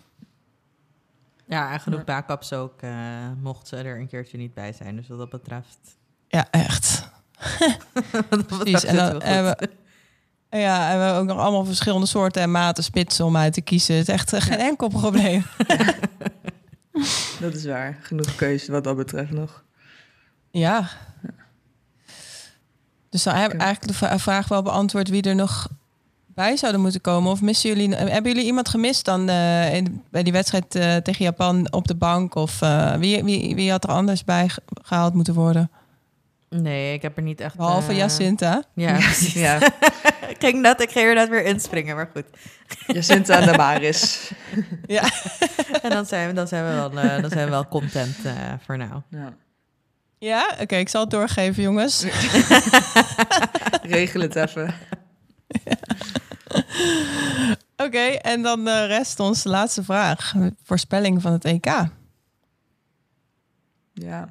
Ja, en genoeg backups ook, uh, mocht ze er een keertje niet bij zijn. Dus wat dat betreft... Ja, echt. wat dat betreft en dan, we goed. Ja, en we hebben ook nog allemaal verschillende soorten en maten spitsen om uit te kiezen. Het is echt uh, geen ja. enkel probleem. Ja. Dat is waar. Genoeg keuze wat dat betreft nog. Ja. ja. Dus dan heb ik eigenlijk de vraag wel beantwoord wie er nog bij zouden moeten komen. Of missen jullie, hebben jullie iemand gemist dan uh, in, bij die wedstrijd uh, tegen Japan op de bank? Of uh, wie, wie, wie had er anders bij gehaald moeten worden? Nee, ik heb er niet echt... Behalve uh... Jacinta. Ja, precies. Ja. ik, ging net, ik ging er net weer inspringen, maar goed. Jacinta en Damaris. ja. en dan zijn we, dan zijn we, wel, uh, dan zijn we wel content uh, voor nou. Ja, ja? Oké, okay, ik zal het doorgeven, jongens. Regel het even. ja. Oké, okay, en dan uh, rest ons de laatste vraag. Voorspelling van het E K. Ja.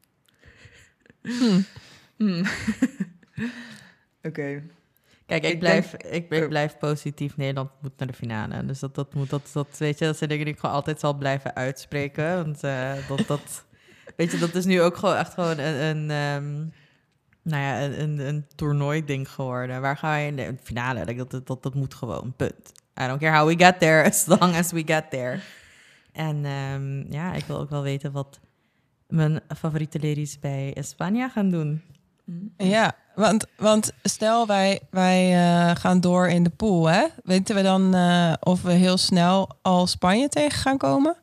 Hmm. Hmm. Oké. Okay. Kijk, ik, ik blijf, denk, ik, ik blijf positief. Nederland moet naar de finale. Dus dat, dat moet, dat, dat, weet je, dat zijn dingen die ik gewoon altijd zal blijven uitspreken. Want uh, dat, dat, weet je, dat is nu ook gewoon echt gewoon een, een um, nou ja, een, een, een toernooi-ding geworden. Waar ga je in de finale? Dat, dat, dat, dat moet gewoon, punt. I don't care how we get there, as long as we get there. En um, ja, ik wil ook wel weten wat mijn favoriete ladies bij Espanja gaan doen. Ja, want, want stel wij, wij uh, gaan door in de pool, hè? Weten we dan uh, of we heel snel al Spanje tegen gaan komen?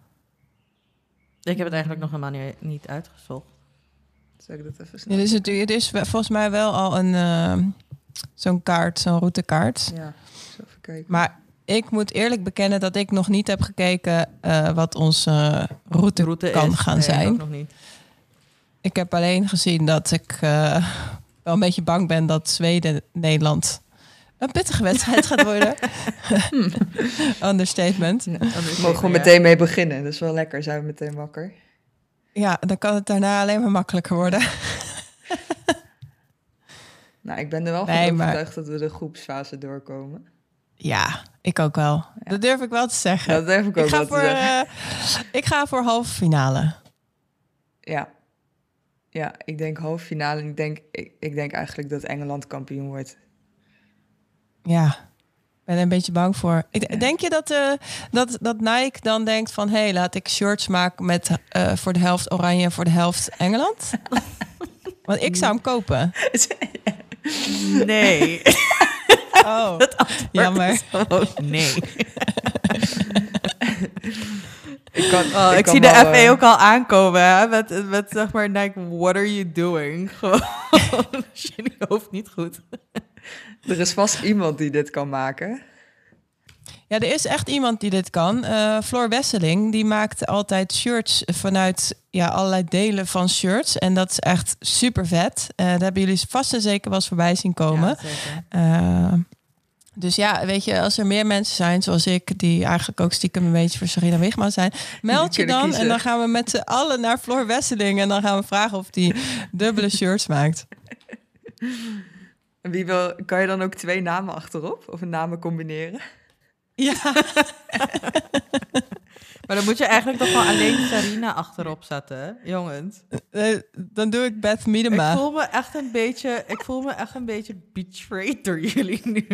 Ik heb het eigenlijk nog helemaal niet, niet uitgezocht. Zal ik dat even snel? Ja, dus het, het is volgens mij wel al een uh, zo'n kaart, zo'n routekaart. Ja, zo even kijken. Maar ik moet eerlijk bekennen dat ik nog niet heb gekeken uh, wat onze uh, route, route kan is. gaan nee, zijn. Ik ook nog niet. Ik heb alleen gezien dat ik uh, wel een beetje bang ben dat Zweden-Nederland een pittige wedstrijd gaat worden. Understatement. Ja, mogen we meteen mee beginnen. Dat is wel lekker, zijn we meteen wakker. Ja, dan kan het daarna alleen maar makkelijker worden. Nou, ik ben er wel nee, van maar... overtuigd dat we de groepsfase doorkomen. Ja, ik ook wel. Ja. Dat durf ik wel te zeggen. Dat durf ik ook ik ga wel voor, te zeggen. Uh, ik ga voor halve finale. Ja. Ja, ik denk halve finale. Ik denk, ik, ik denk eigenlijk dat Engeland kampioen wordt. Ja, ik ben er een beetje bang voor. Ik, ja. Denk je dat, uh, dat, dat Nike dan denkt van... hé, hey, laat ik shirts maken met uh, voor de helft Oranje en voor de helft Engeland? Want ik zou hem kopen. Nee. Oh, jammer. Nee. Ik, kan, oh, ik, ik zie wel, de F A uh... ook al aankomen, hè? Met, met zeg maar, Nike, what are you doing? Gewoon, is jullie hoofd niet goed. Er is vast iemand die dit kan maken. Ja, er is echt iemand die dit kan. Uh, Floor Wesseling, die maakt altijd shirts vanuit ja, allerlei delen van shirts. En dat is echt super vet. Uh, daar hebben jullie vast en zeker wel eens voorbij zien komen. Ja, zeker. Uh, dus ja, weet je, als er meer mensen zijn zoals ik... die eigenlijk ook stiekem een beetje voor Sarina Wiegman zijn... meld je dan kiezen. En dan gaan we met z'n allen naar Floor Wesseling... en dan gaan we vragen of die dubbele shirts maakt. Wie wil, kan je dan ook twee namen achterop? Of een namen combineren? Ja. Maar dan moet je eigenlijk toch wel alleen Sarina achterop zetten, jongens. Uh, dan doe ik Beth Miedema. Ik voel me echt een beetje, ik voel me echt een beetje betrayed door jullie nu.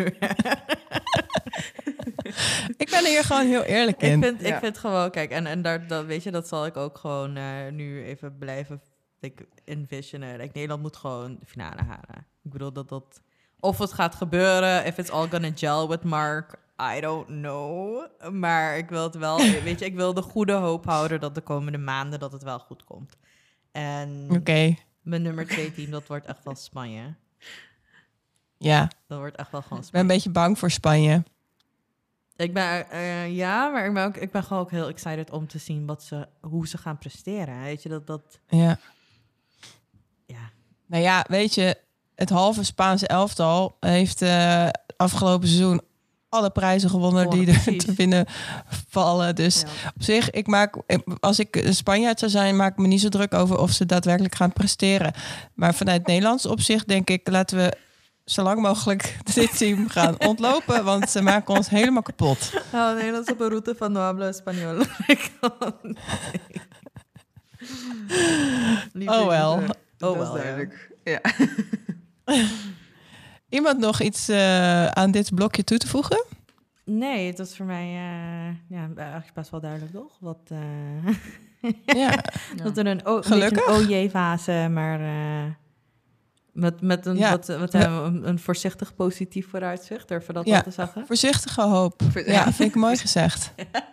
Ik ben hier gewoon heel eerlijk in. Ik vind, ja. ik vind gewoon, kijk, en, en daar, dat, weet je, dat zal ik ook gewoon uh, nu even blijven like, envisionen. Like, Nederland moet gewoon de finale halen. Ik bedoel dat dat, of het gaat gebeuren, if it's all gonna gel with Mark, I don't know. Maar ik wil het wel, weet je, ik wil de goede hoop houden dat de komende maanden dat het wel goed komt. En okay. Mijn nummer twee team, dat wordt echt wel Spanje. Ja. Dat wordt echt wel gewoon Spanje. Ik ben een beetje bang voor Spanje. Ik ben, uh, ja, maar ik ben, ook, ik ben gewoon ook heel excited om te zien wat ze, hoe ze gaan presteren. Weet je, dat... dat... Ja. Ja. Nou ja, weet je, het halve Spaanse elftal heeft uh, afgelopen seizoen alle prijzen gewonnen oh, die er precies. te winnen vallen. Dus ja. Op zich, ik maak, als ik een Spanjaard zou zijn, maak ik me niet zo druk over of ze daadwerkelijk gaan presteren. Maar vanuit Nederlands opzicht denk ik, laten we zo lang mogelijk dit team gaan ontlopen, want ze maken ons helemaal kapot. Nou, Nederlands op een route van no hablo español. Oh wel. Oh wel, duidelijk. Ja. Iemand nog iets uh, aan dit blokje toe te voegen? Nee, het was voor mij uh, ja, eigenlijk best wel duidelijk, toch? Wat, uh, ja. Dat er een, o- Gelukkig. een O J-fase, maar uh, met, met een, ja. wat, wat, uh, een, een voorzichtig positief vooruitzicht. Durf je dat ja. wel te zeggen? Voorzichtige hoop. Ja, vind ik mooi gezegd.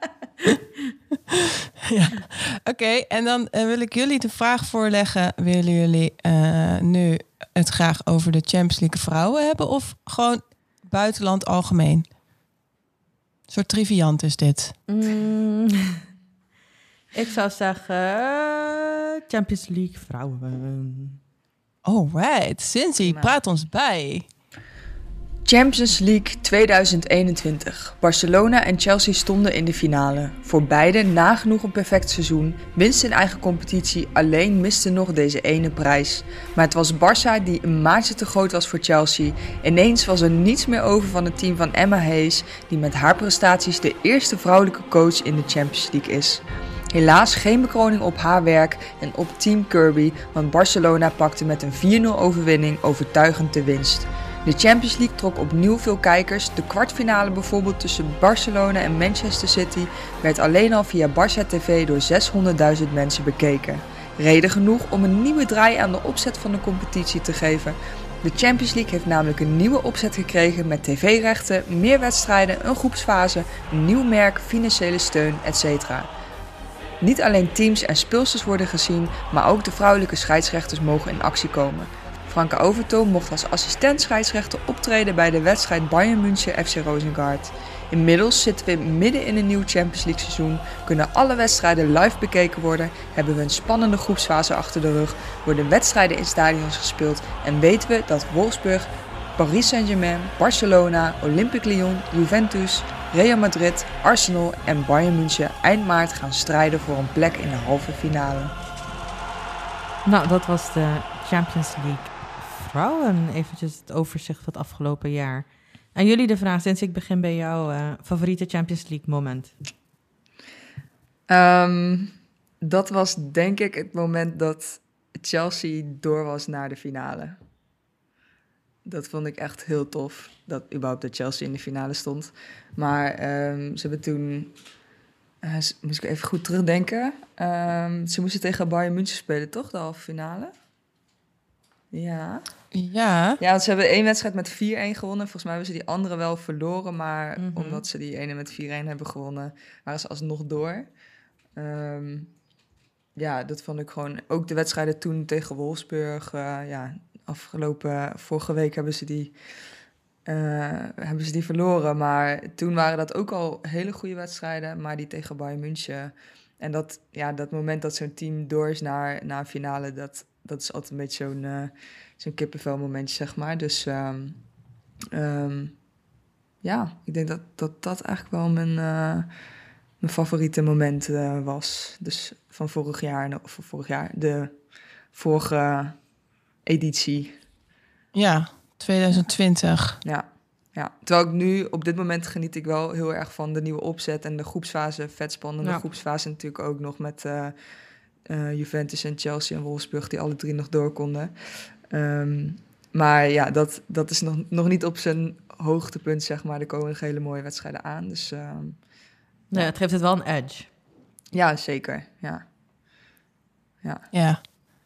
Ja. Oké, okay, en dan uh, wil ik jullie de vraag voorleggen. Willen jullie uh, nu het graag over de Champions League vrouwen hebben of gewoon buitenland algemeen? Een soort triviant is dit. Mm, ik zou zeggen Champions League vrouwen. Alright, Cincy, praat ons bij. Champions League tweeduizend eenentwintig. Barcelona en Chelsea stonden in de finale. Voor beide nagenoeg een perfect seizoen. Winst in eigen competitie, alleen miste nog deze ene prijs. Maar het was Barça die een maatje te groot was voor Chelsea. Ineens was er niets meer over van het team van Emma Hayes, die met haar prestaties de eerste vrouwelijke coach in de Champions League is. Helaas geen bekroning op haar werk en op Team Kirby, want Barcelona pakte met een vier nul overwinning overtuigend de winst. De Champions League trok opnieuw veel kijkers. De kwartfinale bijvoorbeeld tussen Barcelona en Manchester City werd alleen al via Barça T V door zeshonderdduizend mensen bekeken. Reden genoeg om een nieuwe draai aan de opzet van de competitie te geven. De Champions League heeft namelijk een nieuwe opzet gekregen met tv-rechten, meer wedstrijden, een groepsfase, een nieuw merk, financiële steun, et cetera. Niet alleen teams en speelsters worden gezien, maar ook de vrouwelijke scheidsrechters mogen in actie komen. Franke Overtoom mocht als assistent scheidsrechter optreden bij de wedstrijd Bayern München F C Rosengard. Inmiddels zitten we midden in een nieuw Champions League seizoen, kunnen alle wedstrijden live bekeken worden, hebben we een spannende groepsfase achter de rug, worden wedstrijden in stadions gespeeld en weten we dat Wolfsburg, Paris Saint-Germain, Barcelona, Olympique Lyon, Juventus, Real Madrid, Arsenal en Bayern München eind maart gaan strijden voor een plek in de halve finale. Nou, dat was de Champions League vrouwen. Eventjes het overzicht van het afgelopen jaar. En jullie de vraag, sinds ik begin bij jou, uh, favoriete Champions League moment? Um, dat was denk ik het moment dat Chelsea door was naar de finale. Dat vond ik echt heel tof, dat überhaupt dat Chelsea in de finale stond. Maar um, ze hebben toen, uh, moest ik even goed terugdenken, um, ze moesten tegen Bayern München spelen, toch, de halve finale? Ja. Ja. Ja, want ze hebben één wedstrijd met vier-een gewonnen. Volgens mij hebben ze die andere wel verloren, maar Mm-hmm. omdat ze die ene met vier-een hebben gewonnen, waren ze alsnog door. Um, ja, dat vond ik gewoon... Ook de wedstrijden toen tegen Wolfsburg, uh, ja, afgelopen... Vorige week hebben ze die... Uh, hebben ze die verloren, maar toen waren dat ook al hele goede wedstrijden, maar die tegen Bayern München. En dat, ja, dat moment dat zo'n team door is naar, naar een finale, dat, dat is altijd een beetje zo'n, uh, zo'n kippenvel momentje, zeg maar. Dus um, um, ja, ik denk dat dat, dat eigenlijk wel mijn, uh, mijn favoriete moment uh, was. Dus van vorig jaar, of vorig jaar, de vorige editie. Ja, twintig twintig. Ja, ja, terwijl ik nu, op dit moment geniet ik wel heel erg van de nieuwe opzet en de groepsfase, vet spannende Ja. groepsfase natuurlijk ook nog met uh, uh, Juventus en Chelsea en Wolfsburg, die alle drie nog door konden. Um, maar ja, dat, dat is nog, nog niet op zijn hoogtepunt, zeg maar. Er komen nog hele mooie wedstrijden aan, dus... Um, Nee, het geeft het wel een edge. ja, zeker, ja. Ja. Ja.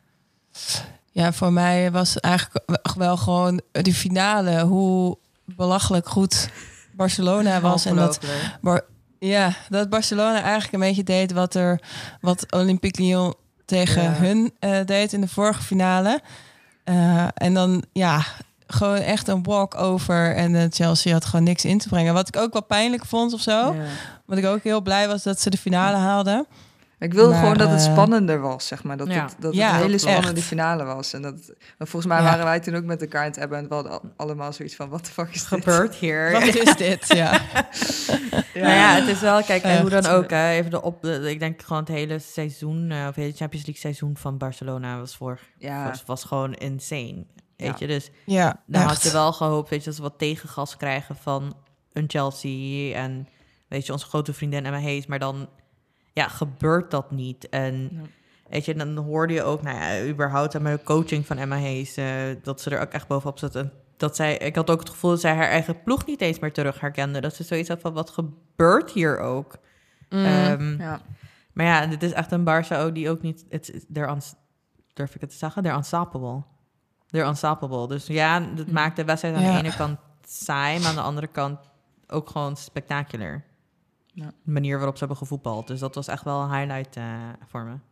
Ja, voor mij was eigenlijk wel gewoon de finale, hoe belachelijk goed Barcelona was. En dat, Bar- ja, dat Barcelona eigenlijk een beetje deed wat er wat Olympique Lyon tegen Ja. hun uh, deed in de vorige finale. Uh, en dan, ja, gewoon echt een walk-over. En uh, Chelsea had gewoon niks in te brengen. Wat ik ook wel pijnlijk vond of zo. Ja. Wat ik ook heel blij was dat ze de finale haalden. Ik wilde Maar, gewoon dat het uh, spannender was, zeg maar. Dat ja. het, dat Ja, het een hele echt. spannende finale was. En dat, maar volgens mij Ja. waren wij toen ook met elkaar aan het hebben en we hadden al- allemaal zoiets van, what the fuck is dit? Gebeurt hier. Wat is dit? Ja. Ja. Nou ja, het is wel, kijk, en hoe dan Echt. ook, hè, even de op, de, ik denk gewoon het hele seizoen, uh, of het hele Champions League seizoen van Barcelona was vorig, Ja. was, was gewoon insane, weet Ja. je. Dus Ja, dan had echt. je wel gehoopt, weet je, dat ze wat tegengas krijgen van een Chelsea en, weet je, onze grote vriendin Emma Hayes, maar dan, ja, gebeurt dat niet. En, Ja. weet je, dan hoorde je ook, nou ja, überhaupt aan mijn coaching van Emma Hayes, uh, dat ze er ook echt bovenop zat. En dat zij, ik had ook het gevoel dat zij haar eigen ploeg niet eens meer terug herkende. Dat ze zoiets had van, wat gebeurt hier ook? Mm. Um, Ja. Maar ja, dit is echt een Barça ook die ook niet... Het, they're uns, durf ik het te zeggen? They're unstoppable. They're unstoppable. Dus ja, dat Mm. maakt de wedstrijd aan Ja. de ene kant saai, maar aan de andere kant ook gewoon spectaculair. Ja. De manier waarop ze hebben gevoetbald. Dus dat was echt wel een highlight uh, voor me.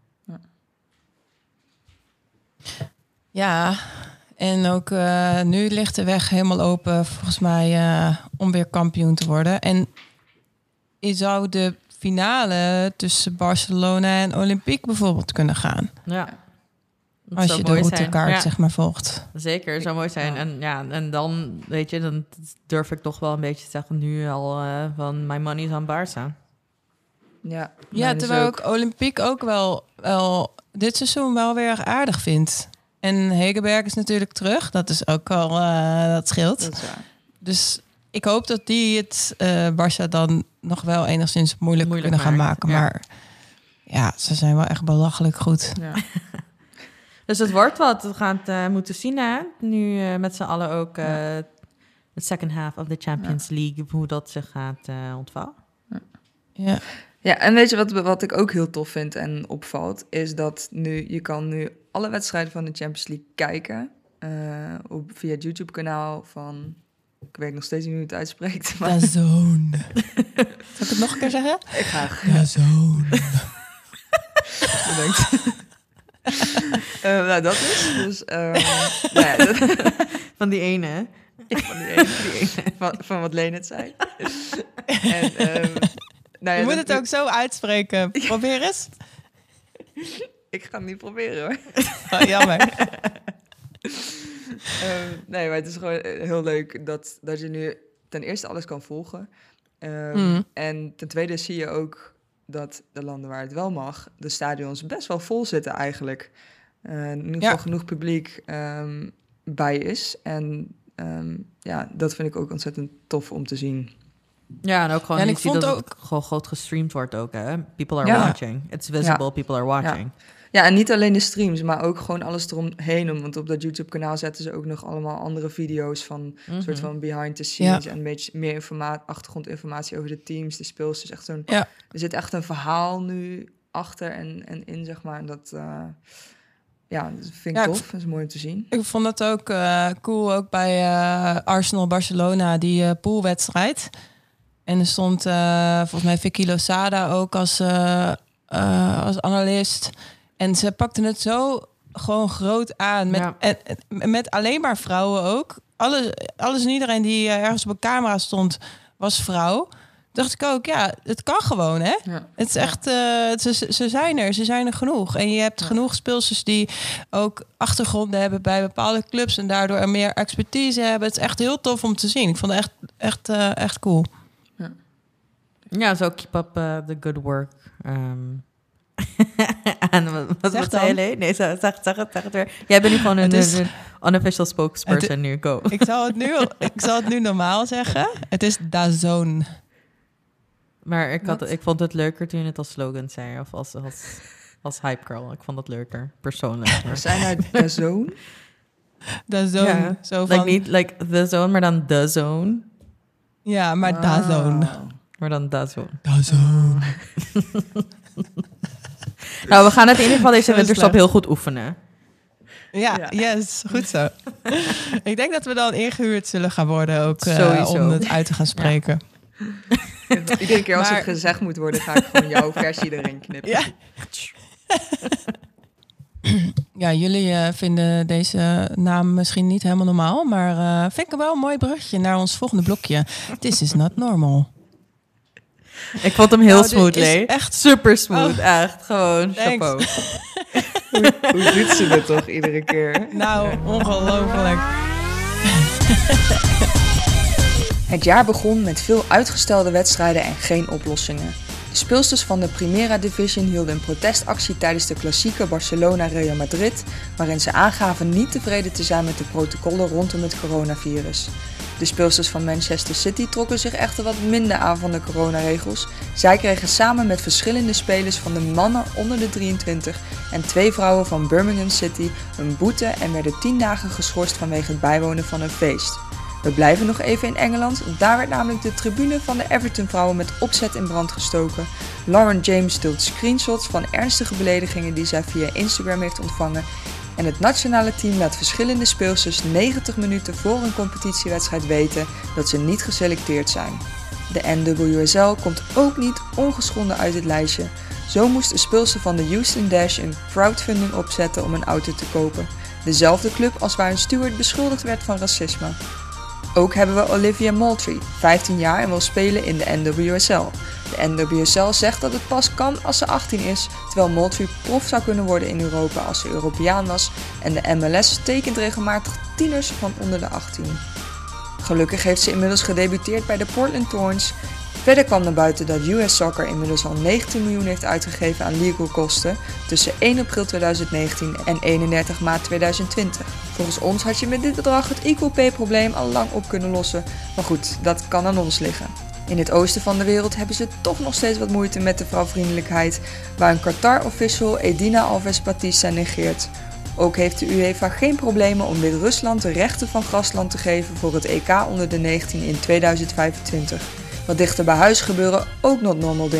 Ja, en ook uh, nu ligt de weg helemaal open, volgens mij, uh, om weer kampioen te worden. En je zou de finale tussen Barcelona en Olympique bijvoorbeeld kunnen gaan. Ja. Dat Als zou je de mooi zijn. routekaart, Ja, zeg maar, volgt. zeker, zou mooi zijn. Ja. En ja, en dan, weet je, dan durf ik toch wel een beetje te zeggen nu al uh, van my money is on Barça. Ja, Ja, mijn terwijl dus ik Olympique ook wel, wel dit seizoen wel weer erg aardig vind. En Hegerberg is natuurlijk terug. Dat is ook al, uh, dat scheelt. Dat is waar. Dus ik hoop dat die het uh, Barça dan nog wel enigszins moeilijk, Moeilijk kunnen gaan maakt, maken. ja. Maar ja, ze zijn wel echt belachelijk goed. Ja. Dus het wordt wat. We gaan het uh, moeten zien, hè? Nu uh, met z'n allen ook uh, Ja. de second half of the Champions League, hoe dat zich gaat uh, ontvouwen. Ja. Ja, en weet je wat, wat ik ook heel tof vind en opvalt, is dat nu je kan nu alle wedstrijden van de Champions League kijken uh, op, via het YouTube-kanaal van, ik weet nog steeds niet hoe je het uitspreekt. Maar... DAZN. Zal ik het nog een keer zeggen? Ik graag. DAZN. Bedankt. uh, nou, dat is dus... Um, nou ja, dat... Van die ene, Ja, van die ene, die ene van, van wat Leen het zei. En, um, nou ja, Je moet dat, het ook zo uitspreken. Probeer eens. Ik ga het niet proberen hoor. Oh, jammer. um, nee, maar het is gewoon heel leuk dat, dat je nu ten eerste alles kan volgen. Um, Mm. En ten tweede zie je ook dat de landen waar het wel mag, de stadions best wel vol zitten eigenlijk. Uh, in ieder geval Ja. genoeg publiek um, bij is. En um, ja, dat vind ik ook ontzettend tof om te zien. Ja, en ook gewoon, Ja, en je ik ziet vond dat ook- het gewoon groot gestreamd wordt ook, hè? People are Ja. watching. It's visible, Ja. people are watching. Ja, en niet alleen de streams, maar ook gewoon alles eromheen. Want op dat YouTube-kanaal zetten ze ook nog allemaal andere video's van Mhm. een soort van behind the scenes en een beetje meer informa- achtergrondinformatie over de teams, de speels. Dus echt zo'n, Ja. er zit echt een verhaal nu achter en, en in, zeg maar. En dat, uh, ja, dat vind ik Ja, ik tof. Dat is mooi om te zien. Ik vond het ook uh, cool, ook bij uh, Arsenal-Barcelona, die uh, poolwedstrijd. En er stond uh, volgens mij Vicky Losada ook als, uh, uh, als analist. En ze pakten het zo gewoon groot aan. Met, Ja. en, en met alleen maar vrouwen ook. Alle, alles en iedereen die uh, ergens op een camera stond, was vrouw. Dacht ik ook, ja, het kan gewoon, hè? Ja. Het is echt, uh, ze, ze zijn er, ze zijn er genoeg. En je hebt Ja. genoeg speelsters die ook achtergronden hebben bij bepaalde clubs en daardoor er meer expertise hebben. Het is echt heel tof om te zien. Ik vond het echt, echt, uh, echt cool. Ja, zo keep up uh, the good work. Um. en wat, wat, Zeg wat zei je, dan. Leen? Nee, zeg, zeg, zeg, het, zeg het weer. Jij bent nu gewoon een, Het is- een, een unofficial spokesperson Het- nu, go. Ik zal het nu, ik zal het nu normaal zeggen. Het is DAZN. Maar ik, had, Wat? ik vond het leuker toen je het als slogan zei, of als, als, als hype girl. Ik vond dat leuker, persoonlijk. Maar- Zijn nou de zoon? DAZN. Ja. Zo van, Like niet like the zone, maar dan the zone. ja, maar DAZN. Ah. Maar dan the zone. DAZN. Nou, we gaan het in ieder geval deze Zo winterstop slecht. heel goed oefenen. Ja, Ja. yes, goed zo. Ik denk dat we dan ingehuurd zullen gaan worden ook uh, Sowieso. om het uit te gaan spreken. Iedere keer als Maar- het gezegd moet worden, ga ik gewoon jouw versie erin knippen. Ja. Ja, jullie uh, vinden deze naam misschien niet helemaal normaal, maar uh, vind ik wel een mooi bruggetje naar ons volgende blokje. This is not normal. Ik vond hem heel Nou, dit smooth, is Lee. echt- Super smooth, Oh. echt. Gewoon Thanks. chapeau. Hoe doet ze het toch iedere keer? Nou, ongelooflijk. Het jaar begon met veel uitgestelde wedstrijden en geen oplossingen. De speelsters van de Primera Division hielden een protestactie tijdens de klassieke Barcelona-Real Madrid, waarin ze aangaven niet tevreden te zijn met de protocollen rondom het coronavirus. De speelsters van Manchester City trokken zich echter wat minder aan van de coronaregels. Zij kregen samen met verschillende spelers van de mannen onder de drieëntwintig en twee vrouwen van Birmingham City een boete en werden tien dagen geschorst vanwege het bijwonen van een feest. We blijven nog even in Engeland, daar werd namelijk de tribune van de Everton-vrouwen met opzet in brand gestoken. Lauren James deelt screenshots van ernstige beledigingen die zij via Instagram heeft ontvangen. En het nationale team laat verschillende speelsters negentig minuten voor een competitiewedstrijd weten dat ze niet geselecteerd zijn. De N W S L komt ook niet ongeschonden uit het lijstje. Zo moest de speelster van de Houston Dash een crowdfunding opzetten om een auto te kopen. Dezelfde club als waar een steward beschuldigd werd van racisme. Ook hebben we Olivia Moultrie, vijftien jaar en wil spelen in de N W S L. De N W S L zegt dat het pas kan als ze achttien is, terwijl Moultrie prof zou kunnen worden in Europa als ze Europeaan was en de M L S tekent regelmatig tieners van onder de achttien. Gelukkig heeft ze inmiddels gedebuteerd bij de Portland Thorns. Verder kwam naar buiten dat U S Soccer inmiddels al negentien miljoen heeft uitgegeven aan legal kosten tussen één april tweeduizend negentien en eenendertig maart tweeduizend twintig. Volgens ons had je met dit bedrag het equal pay probleem al lang op kunnen lossen, maar goed, dat kan aan ons liggen. In het oosten van de wereld hebben ze toch nog steeds wat moeite met de vrouwvriendelijkheid, waar een Qatar-official Edina Alves Batista negeert. Ook heeft de UEFA geen problemen om Wit-Rusland de rechten van grasland te geven voor het E K onder de negentien in tweeduizend vijfentwintig. Wat dichter bij huis gebeuren ook not normal dingen.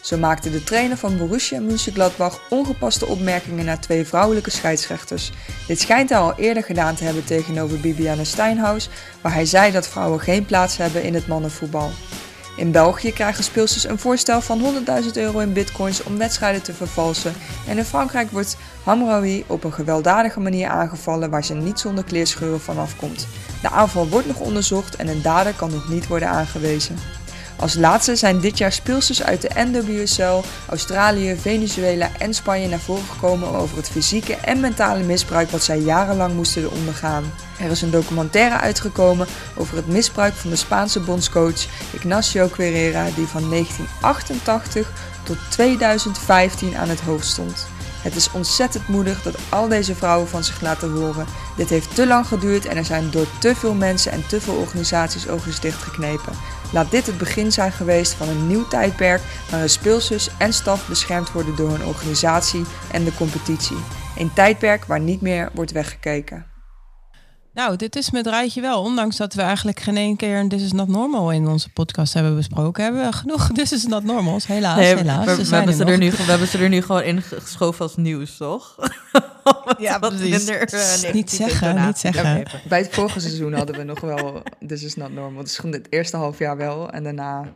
Zo maakte de trainer van Borussia Mönchengladbach ongepaste opmerkingen naar twee vrouwelijke scheidsrechters. Dit schijnt hij al eerder gedaan te hebben tegenover Bibiane Steinhaus, waar hij zei dat vrouwen geen plaats hebben in het mannenvoetbal. In België krijgen speelsters een voorstel van honderdduizend euro in bitcoins om wedstrijden te vervalsen. En in Frankrijk wordt Hamraoui op een gewelddadige manier aangevallen waar ze niet zonder kleerscheuren vanaf komt. De aanval wordt nog onderzocht en een dader kan nog niet worden aangewezen. Als laatste zijn dit jaar speelsters uit de N W S L, Australië, Venezuela en Spanje naar voren gekomen over het fysieke en mentale misbruik wat zij jarenlang moesten ondergaan. Er is een documentaire uitgekomen over het misbruik van de Spaanse bondscoach Ignacio Guerrera, die van negentien achtentachtig tot tweeduizend vijftien aan het hoofd stond. Het is ontzettend moedig dat al deze vrouwen van zich laten horen. Dit heeft te lang geduurd en er zijn door te veel mensen en te veel organisaties oogjes dichtgeknepen. Laat dit het begin zijn geweest van een nieuw tijdperk waarin speelsters en staf beschermd worden door hun organisatie en de competitie. Een tijdperk waar niet meer wordt weggekeken. Nou, dit is mijn draadje wel. Ondanks dat we eigenlijk geen één keer een This is not normal in onze podcast hebben besproken, hebben we genoeg This is not normals. Helaas, nee, helaas. We, we, we, hebben ze er nu, we hebben ze er nu gewoon in geschoven als nieuws, toch? Ja, wat precies. Minder, uh, niet zeggen, niet zeggen. Ja, bij het vorige seizoen hadden we nog wel This is not normal. Dus gewoon het eerste half jaar wel en daarna...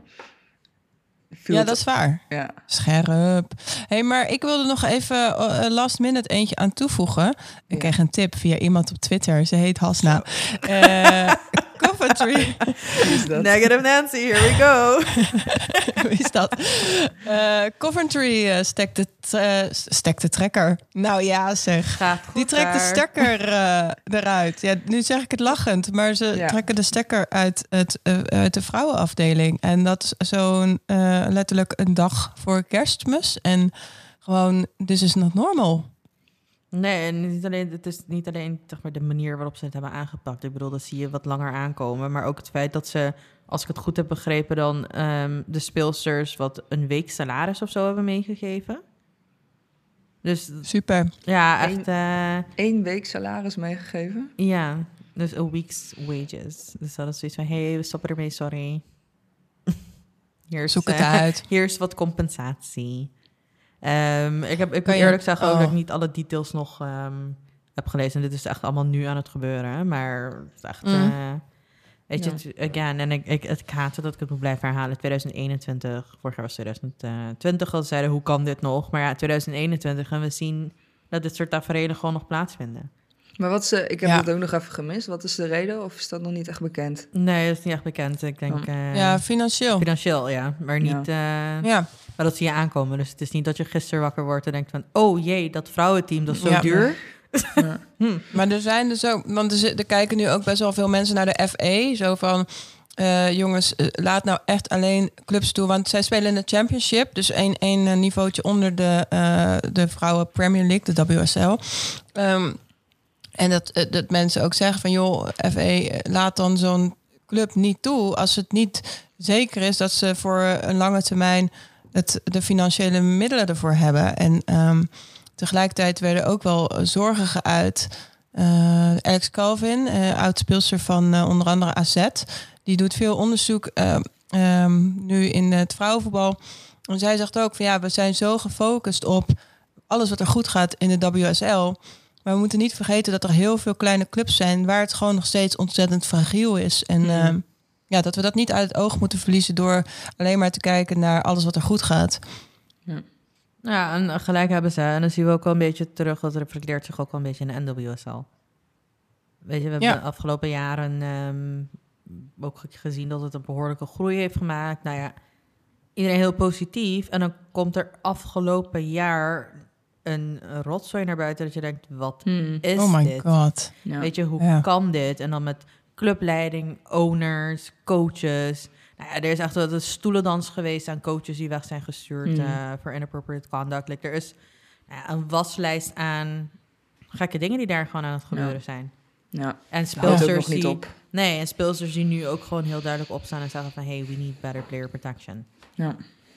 Ja, dat is waar. Ja. Scherp. Hey, maar ik wilde nog even uh, last minute eentje aan toevoegen. Ik ja. kreeg een tip via iemand op Twitter. Ze heet Hasna. Uh, Coventry. Negative Nancy, here we go. Wie is dat? Uh, Coventry uh, stekt, de uh, stekt de trekker. Nou ja, zeg. Gaat goed. Die trekt de stekker uh, eruit. Ja, nu zeg ik het lachend, maar ze ja. trekken de stekker uit, het, uh, uit de vrouwenafdeling. En dat is zo'n uh, letterlijk een dag voor Kerstmis. En gewoon, this is not normal. Nee, en niet alleen, het is niet alleen zeg maar, de manier waarop ze het hebben aangepakt. Ik bedoel, dat zie je wat langer aankomen. Maar ook het feit dat ze, als ik het goed heb begrepen, dan um, de speelsters wat een week salaris of zo hebben meegegeven. Dus super. Ja, echt. Uh, Eén week salaris meegegeven? Ja, dus a week's wages. Dus dat is zoiets van, hé, hey, we stoppen ermee, sorry. Hier Zoek het uh, uit. Hier is wat compensatie. Um, ik heb, ik moet eerlijk zeggen ook oh. dat ik niet alle details nog um, heb gelezen. En dit is echt allemaal nu aan het gebeuren. Maar het is echt... Mm. Uh, weet je, ja. again, en ik, ik, ik haat het dat ik het moet blijven herhalen. twintig eenentwintig, vorig jaar was twintig twintig, al zeiden hoe kan dit nog? Maar ja, twintig eenentwintig en we zien dat dit soort taferelen gewoon nog plaatsvinden. Maar wat ze, ik heb ja. dat ook nog even gemist. Wat is de reden? Of is dat nog niet echt bekend? Nee, dat is niet echt bekend. Ik denk... Ja, uh, ja financieel. Financieel, ja. Maar niet... Ja. Uh, ja. Maar dat zie je aankomen. Dus het is niet dat je gisteren wakker wordt en denkt van... oh jee, dat vrouwenteam, dat is zo ja. duur. Ja. hm. Maar er zijn dus ook... Want er, er kijken nu ook best wel veel mensen naar de F A. Zo van... Uh, jongens, uh, laat nou echt alleen clubs toe. Want zij spelen in de Championship. Dus één, één niveautje onder de, uh, de vrouwen Premier League, de W S L. Um, en dat, dat mensen ook zeggen van... joh, F A, laat dan zo'n club niet toe... als het niet zeker is dat ze voor een lange termijn... Het, de financiële middelen ervoor hebben. En um, tegelijkertijd werden ook wel zorgen geuit. Uh, Alex Calvin, uh, oud-speelster van uh, onder andere A Z... die doet veel onderzoek uh, um, nu in het vrouwenvoetbal. En zij zegt ook van ja, we zijn zo gefocust op alles wat er goed gaat in de W S L... Maar we moeten niet vergeten dat er heel veel kleine clubs zijn... waar het gewoon nog steeds ontzettend fragiel is. En mm. uh, ja, dat we dat niet uit het oog moeten verliezen... door alleen maar te kijken naar alles wat er goed gaat. Ja, ja en gelijk hebben ze. En dan zien we ook wel een beetje terug... dat reflecteert zich ook wel een beetje in de N W S L. Weet je, we hebben ja. de afgelopen jaren... Um, ook gezien dat het een behoorlijke groei heeft gemaakt. Nou ja, iedereen heel positief. En dan komt er afgelopen jaar... een rotzooi naar buiten dat je denkt, wat hmm. is oh my dit? God. Ja. Weet je, hoe ja. kan dit? En dan met clubleiding, owners, coaches. Nou ja, er is echt wel een stoelendans geweest aan coaches die weg zijn gestuurd hmm. uh, voor inappropriate conduct. Like, er is nou ja, een waslijst aan gekke dingen die daar gewoon aan het gebeuren ja. zijn. Ja. En speelsters die, niet op. Nee, en speelsters die nu ook gewoon heel duidelijk opstaan en zeggen van, hey, we need better player protection. Ja.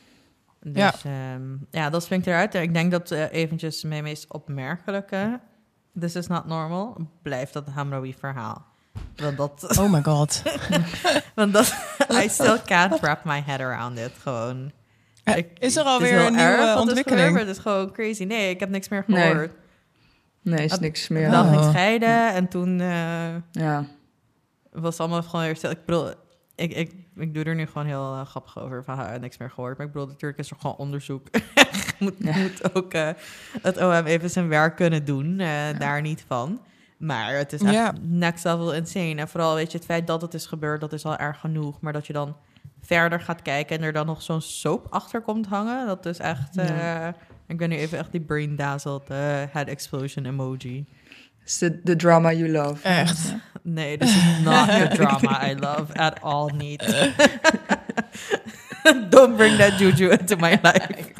Dus ja. Um, ja, dat springt eruit. Ik denk dat uh, eventjes mijn meest opmerkelijke... This is not normal, blijft dat Hamraoui-verhaal. Want dat... Oh my god. Want dat... I still can't wrap my head around it, gewoon. Ik, is er alweer het is een heel erg nieuwe wat is ontwikkeling? gebeurd, Het is gewoon crazy. Nee, ik heb niks meer Nee. gehoord. Nee, is Dat- niks Dan meer. Oh. ging scheiden en toen uh, Ja. was het allemaal gewoon herstel. Ik bedoel, ik, ik, ik doe er nu gewoon heel uh, grappig over. Van, uh, niks meer gehoord. Maar ik bedoel, natuurlijk is er gewoon onderzoek. moet, Ja. moet ook uh, het O M even zijn werk kunnen doen. Uh, ja. Daar niet van. Maar het is echt Ja. next level insane. En vooral, weet je, het feit dat het is gebeurd, dat is al erg genoeg. Maar dat je dan verder gaat kijken en er dan nog zo'n soap achter komt hangen. Dat is echt... Uh, Ja. Ik ben nu even echt die brain dazzled uh, head explosion emoji. Is de, de drama you love. Echt. Nee, this is not the drama I love at all niet. Don't bring that juju into my life.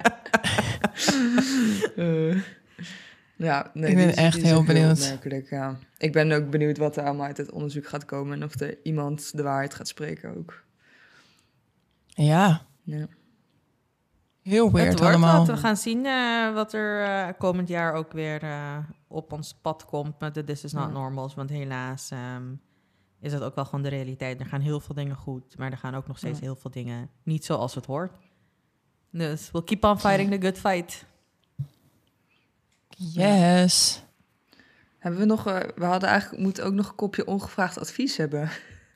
uh, ja, nee, Ik ben die is- echt die is heel ook benieuwd. opmerkelijk, ja. Ik ben ook benieuwd wat er allemaal uit het onderzoek gaat komen en of er iemand de waarheid gaat spreken ook. Ja, Ja. heel weird Het wordt allemaal. wat. We gaan zien uh, wat er uh, komend jaar ook weer uh, op ons pad komt met de This Is Not Ja. Normals. Want helaas um, is dat ook wel gewoon de realiteit. Er gaan heel veel dingen goed, maar er gaan ook nog steeds Ja. heel veel dingen niet zoals het hoort. Dus we'll keep on fighting the good fight. Yes. Hebben we nog... Uh, we hadden eigenlijk moeten ook nog een kopje ongevraagd advies hebben.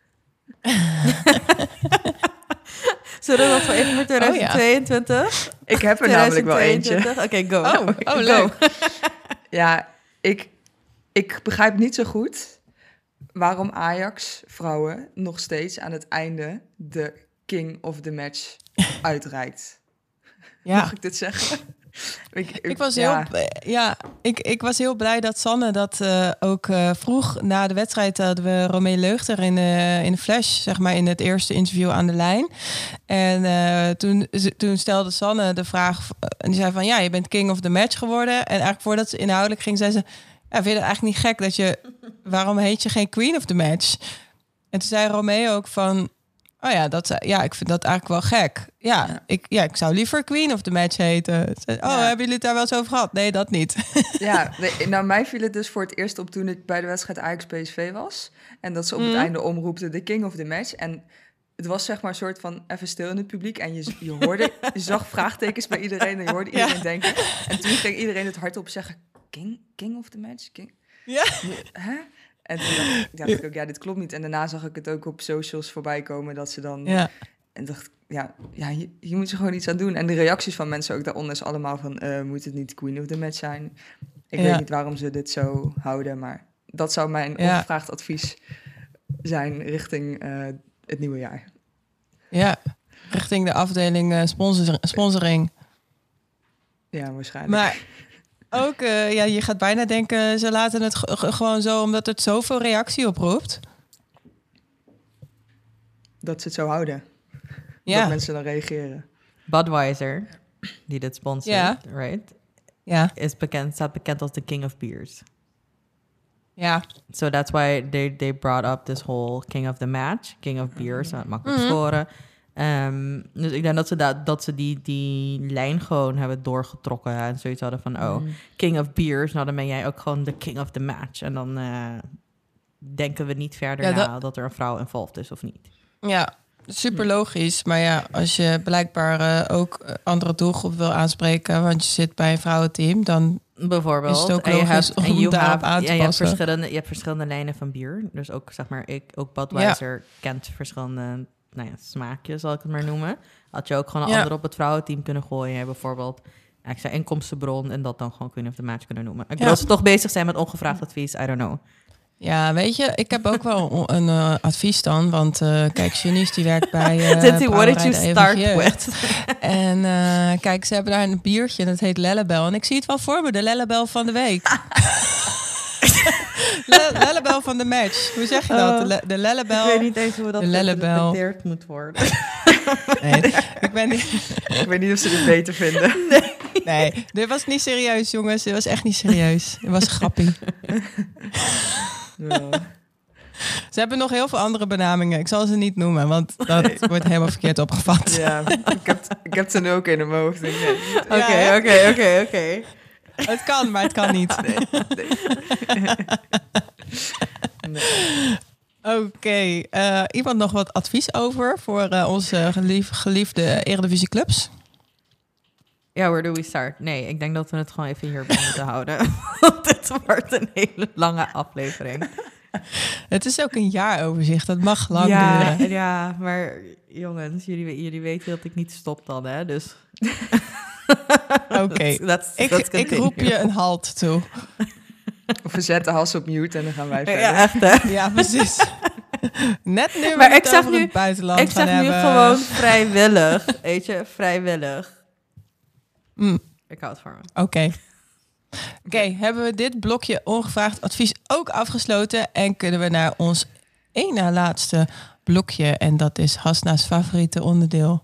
Zullen we dat voor even voor twintig tweeëntwintig? Oh, ja. Ik heb er namelijk wel eentje. Oké, okay, go. Oh, oh go. leuk. Ja, ik, ik begrijp niet zo goed waarom Ajax vrouwen nog steeds aan het einde de king of the match uitreikt. Ja. Mag ik dit zeggen? ik, Ik was, ja. heel, ja, ik, ik was heel blij dat Sanne dat uh, ook uh, vroeg. Na de wedstrijd hadden we Romee Leugter in, uh, in de Flash, zeg maar in het eerste interview aan de lijn. En uh, toen, toen stelde Sanne de vraag, en die zei van ja, je bent king of the match geworden. En eigenlijk voordat ze inhoudelijk ging, zei ze, ja, vind je het eigenlijk niet gek dat je, waarom heet je geen queen of the match? En toen zei Romee ook van, oh ja, dat, ja, ik vind dat eigenlijk wel gek. Ja, ja. Ik, ja, ik zou liever Queen of the Match heten. Oh, ja. Hebben jullie het daar wel eens over gehad? Nee, dat niet. Ja, nee, nou mij viel het dus voor het eerst op toen ik bij de wedstrijd Ajax P S V was. En dat ze op mm. het einde omroepte de king of the match. En het was zeg maar een soort van even stil in het publiek. En je, je hoorde, je zag vraagtekens bij iedereen en je hoorde iedereen ja. denken. En toen ging iedereen het hardop zeggen, king, king of the match? King? Ja. Hè? En toen dacht, dacht ik ook, ja, dit klopt niet. En daarna zag ik het ook op socials voorbij komen dat ze dan... Ja. En dacht ja, ja hier, hier moet je gewoon iets aan doen. En de reacties van mensen ook daaronder is allemaal van... Uh, moet het niet queen of the match zijn? Ik ja. weet niet waarom ze dit zo houden, maar dat zou mijn ja. ongevraagd advies zijn richting uh, het nieuwe jaar. Ja, richting de afdeling uh, sponsor, sponsoring. Ja, waarschijnlijk. Maar... Ook, uh, ja, je gaat bijna denken, ze laten het g- g- gewoon zo, omdat het zoveel reactie oproept. Dat ze het zo houden. Ja. Dat mensen dan reageren. Budweiser, die dit sponsort, ja. right? Ja. Is bekend, staat bekend als de king of beers. Ja. So that's why they, they brought up this whole king of the match, king of beers, mm-hmm. makkelijk mm-hmm. scoren. Um, dus ik denk dat ze, da- dat ze die, die lijn gewoon hebben doorgetrokken. En zoiets hadden van, oh, mm. king of beers. Nou, dan ben jij ook gewoon de king of the match. En dan uh, denken we niet verder ja, na dat... dat er een vrouw involved is of niet. Ja, super logisch. Maar ja, als je blijkbaar uh, ook andere doelgroep wil aanspreken... want je zit bij een vrouwenteam, dan... Bijvoorbeeld. Is het ook logisch en je hebt, om daarop aan te ja, je passen. hebt verschillende, je hebt verschillende lijnen van bier. Dus ook, zeg maar, ik, ook Budweiser ja. kent verschillende... nou ja, smaakje, zal ik het maar noemen. Had je ook gewoon een ja. ander op het vrouwenteam kunnen gooien. Bijvoorbeeld extra inkomstenbron en dat dan gewoon Queen of the Match kunnen noemen. Ik bedoel, ja. als ze toch bezig zijn met ongevraagd advies, I don't know. Ja, weet je, ik heb ook wel een uh, advies dan. Want uh, kijk, Janice die werkt bij uh, What did you start with? En uh, kijk, ze hebben daar een biertje en dat heet Lellebel. En ik zie het wel voor me, de Lellebel van de week. Le- Lellebel van de match. Hoe zeg je dat? De, le- de Lellebel. Ik weet niet eens hoe dat geïnterpreteerd moet worden. Nee, ik, ben niet... ik weet niet of ze dit beter vinden. Nee. Nee, dit was niet serieus, jongens. Dit was echt niet serieus. Het was grappig. Ja. Ze hebben nog heel veel andere benamingen. Ik zal ze niet noemen, want dat nee. wordt helemaal verkeerd opgevat. Ja, ik heb, ik heb ze nu ook in mijn hoofd. Oké, oké, oké, oké. Het kan, maar het kan niet. Nee, nee. nee. Oké, okay, uh, iemand nog wat advies over voor uh, onze gelief, geliefde Eredivisieclubs? Ja, where do we start? Nee, ik denk dat we het gewoon even hierbij moeten houden. Want dit wordt een hele lange aflevering. Het is ook een jaaroverzicht, dat mag lang ja, duren. Ja, maar jongens, jullie, jullie weten dat ik niet stop dan, hè? Dus... Oké, okay. ik, ik roep je een halt toe. Of we zetten Has op mute en dan gaan wij verder. Ja, echt hè? Ja, precies. Net nu maar we ik het zeg over nu, het buitenland ik gaan zeg nu hebben. gewoon vrijwillig, weet je, vrijwillig. Mm. Ik hou het voor me. Oké. Okay. Oké, okay, hebben we dit blokje ongevraagd advies ook afgesloten en kunnen we naar ons één na laatste blokje en dat is Hasna's favoriete onderdeel.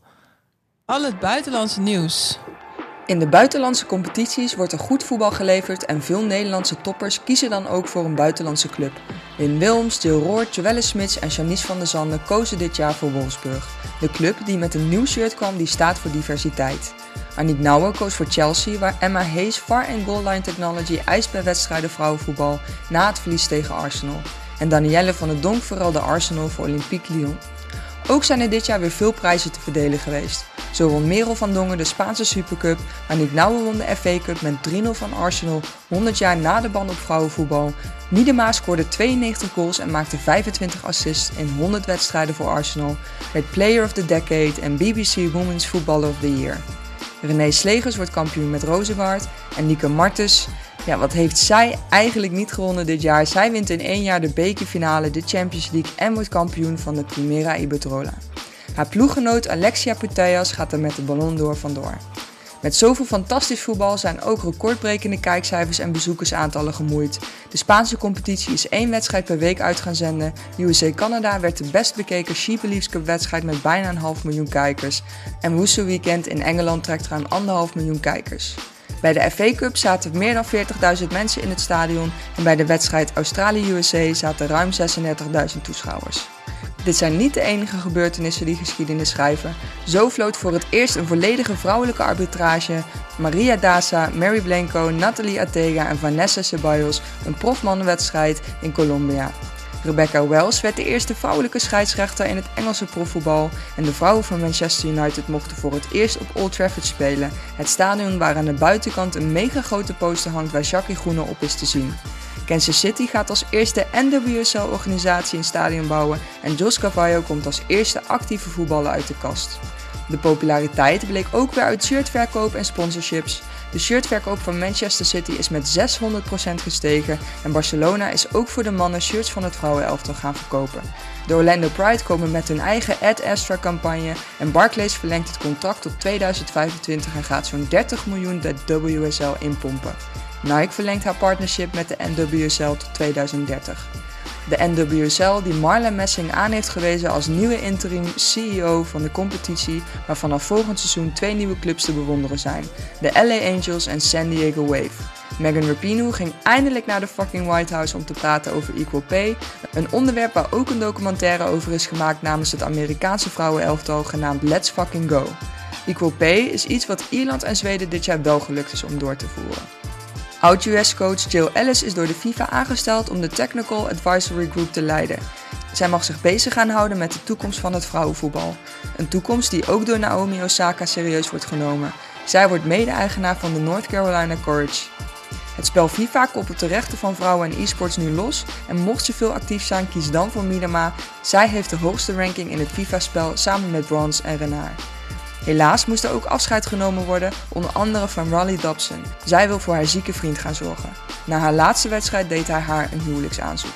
Al het buitenlandse nieuws. In de buitenlandse competities wordt er goed voetbal geleverd en veel Nederlandse toppers kiezen dan ook voor een buitenlandse club. Wim Wilms, Jill Roord, Joelle Smits en Janice van der Zanden kozen dit jaar voor Wolfsburg. De club die met een nieuw shirt kwam die staat voor diversiteit. Aniek Nouwen koos voor Chelsea, waar Emma Hayes V A R en Goal Line Technology eist bij wedstrijden vrouwenvoetbal na het verlies tegen Arsenal. En Danielle van der Donk verruilde Arsenal voor Olympique Lyon. Ook zijn er dit jaar weer veel prijzen te verdelen geweest. Zo won Merel van Dongen de Spaanse Supercup, Aniek Nouwen won de F A Cup met drie nul van Arsenal, honderd jaar na de ban op vrouwenvoetbal. Miedema scoorde tweeënnegentig goals en maakte vijfentwintig assists in honderd wedstrijden voor Arsenal, werd Player of the Decade en B B C Women's Footballer of the Year. René Slegers wordt kampioen met Rozengaard en Nieke Martens, ja, wat heeft zij eigenlijk niet gewonnen dit jaar? Zij wint in één jaar de bekerfinale, de Champions League en wordt kampioen van de Primera Iberdrola. Haar ploeggenoot Alexia Putellas gaat er met de Ballon d'Or vandoor. Met zoveel fantastisch voetbal zijn ook recordbrekende kijkcijfers en bezoekersaantallen gemoeid. De Spaanse competitie is één wedstrijd per week uit gaan zenden. U S A-Canada werd de best bekeken She Believes Cup wedstrijd met bijna een half miljoen kijkers. En Woeso Weekend in Engeland trekt ruim anderhalf miljoen kijkers. Bij de F A Cup zaten meer dan veertigduizend mensen in het stadion en bij de wedstrijd Australië-U S A zaten ruim zesendertigduizend toeschouwers. Dit zijn niet de enige gebeurtenissen die geschiedenis schrijven. Zo vloot voor het eerst een volledige vrouwelijke arbitrage. Maria Daza, Mary Blanco, Nathalie Ortega en Vanessa Ceballos een profmannenwedstrijd in Colombia. Rebecca Wells werd de eerste vrouwelijke scheidsrechter in het Engelse profvoetbal en de vrouwen van Manchester United mochten voor het eerst op Old Trafford spelen, het stadion waar aan de buitenkant een mega grote poster hangt waar Jackie Groene op is te zien. Kansas City gaat als eerste N W S L-organisatie een stadion bouwen en Jos Cavallo komt als eerste actieve voetballer uit de kast. De populariteit bleek ook weer uit shirtverkoop en sponsorships. De shirtverkoop van Manchester City is met zeshonderd procent gestegen en Barcelona is ook voor de mannen shirts van het vrouwenelftal gaan verkopen. De Orlando Pride komen met hun eigen Ad Astra campagne en Barclays verlengt het contract tot tweeduizend vijfentwintig en gaat zo'n dertig miljoen de W S L inpompen. Nike verlengt haar partnership met de N W S L tot tweeduizend dertig. De N W S L die Marla Messing aan heeft gewezen als nieuwe interim C E O van de competitie, waar vanaf volgend seizoen twee nieuwe clubs te bewonderen zijn, de L A Angels en San Diego Wave. Megan Rapinoe ging eindelijk naar de fucking White House om te praten over equal pay, een onderwerp waar ook een documentaire over is gemaakt namens het Amerikaanse vrouwenelftal genaamd Let's Fucking Go. Equal pay is iets wat Ierland en Zweden dit jaar wel gelukt is om door te voeren. Oud-U S-coach Jill Ellis is door de FIFA aangesteld om de Technical Advisory Group te leiden. Zij mag zich bezig gaan houden met de toekomst van het vrouwenvoetbal. Een toekomst die ook door Naomi Osaka serieus wordt genomen. Zij wordt mede-eigenaar van de North Carolina Courage. Het spel FIFA koppelt de rechten van vrouwen en e-sports nu los en mocht ze veel actief zijn, kies dan voor Miedema. Zij heeft de hoogste ranking in het FIFA-spel samen met Bronze en Renard. Helaas moest er ook afscheid genomen worden, onder andere van Riley Dobson. Zij wil voor haar zieke vriend gaan zorgen. Na haar laatste wedstrijd deed hij haar een huwelijksaanzoek.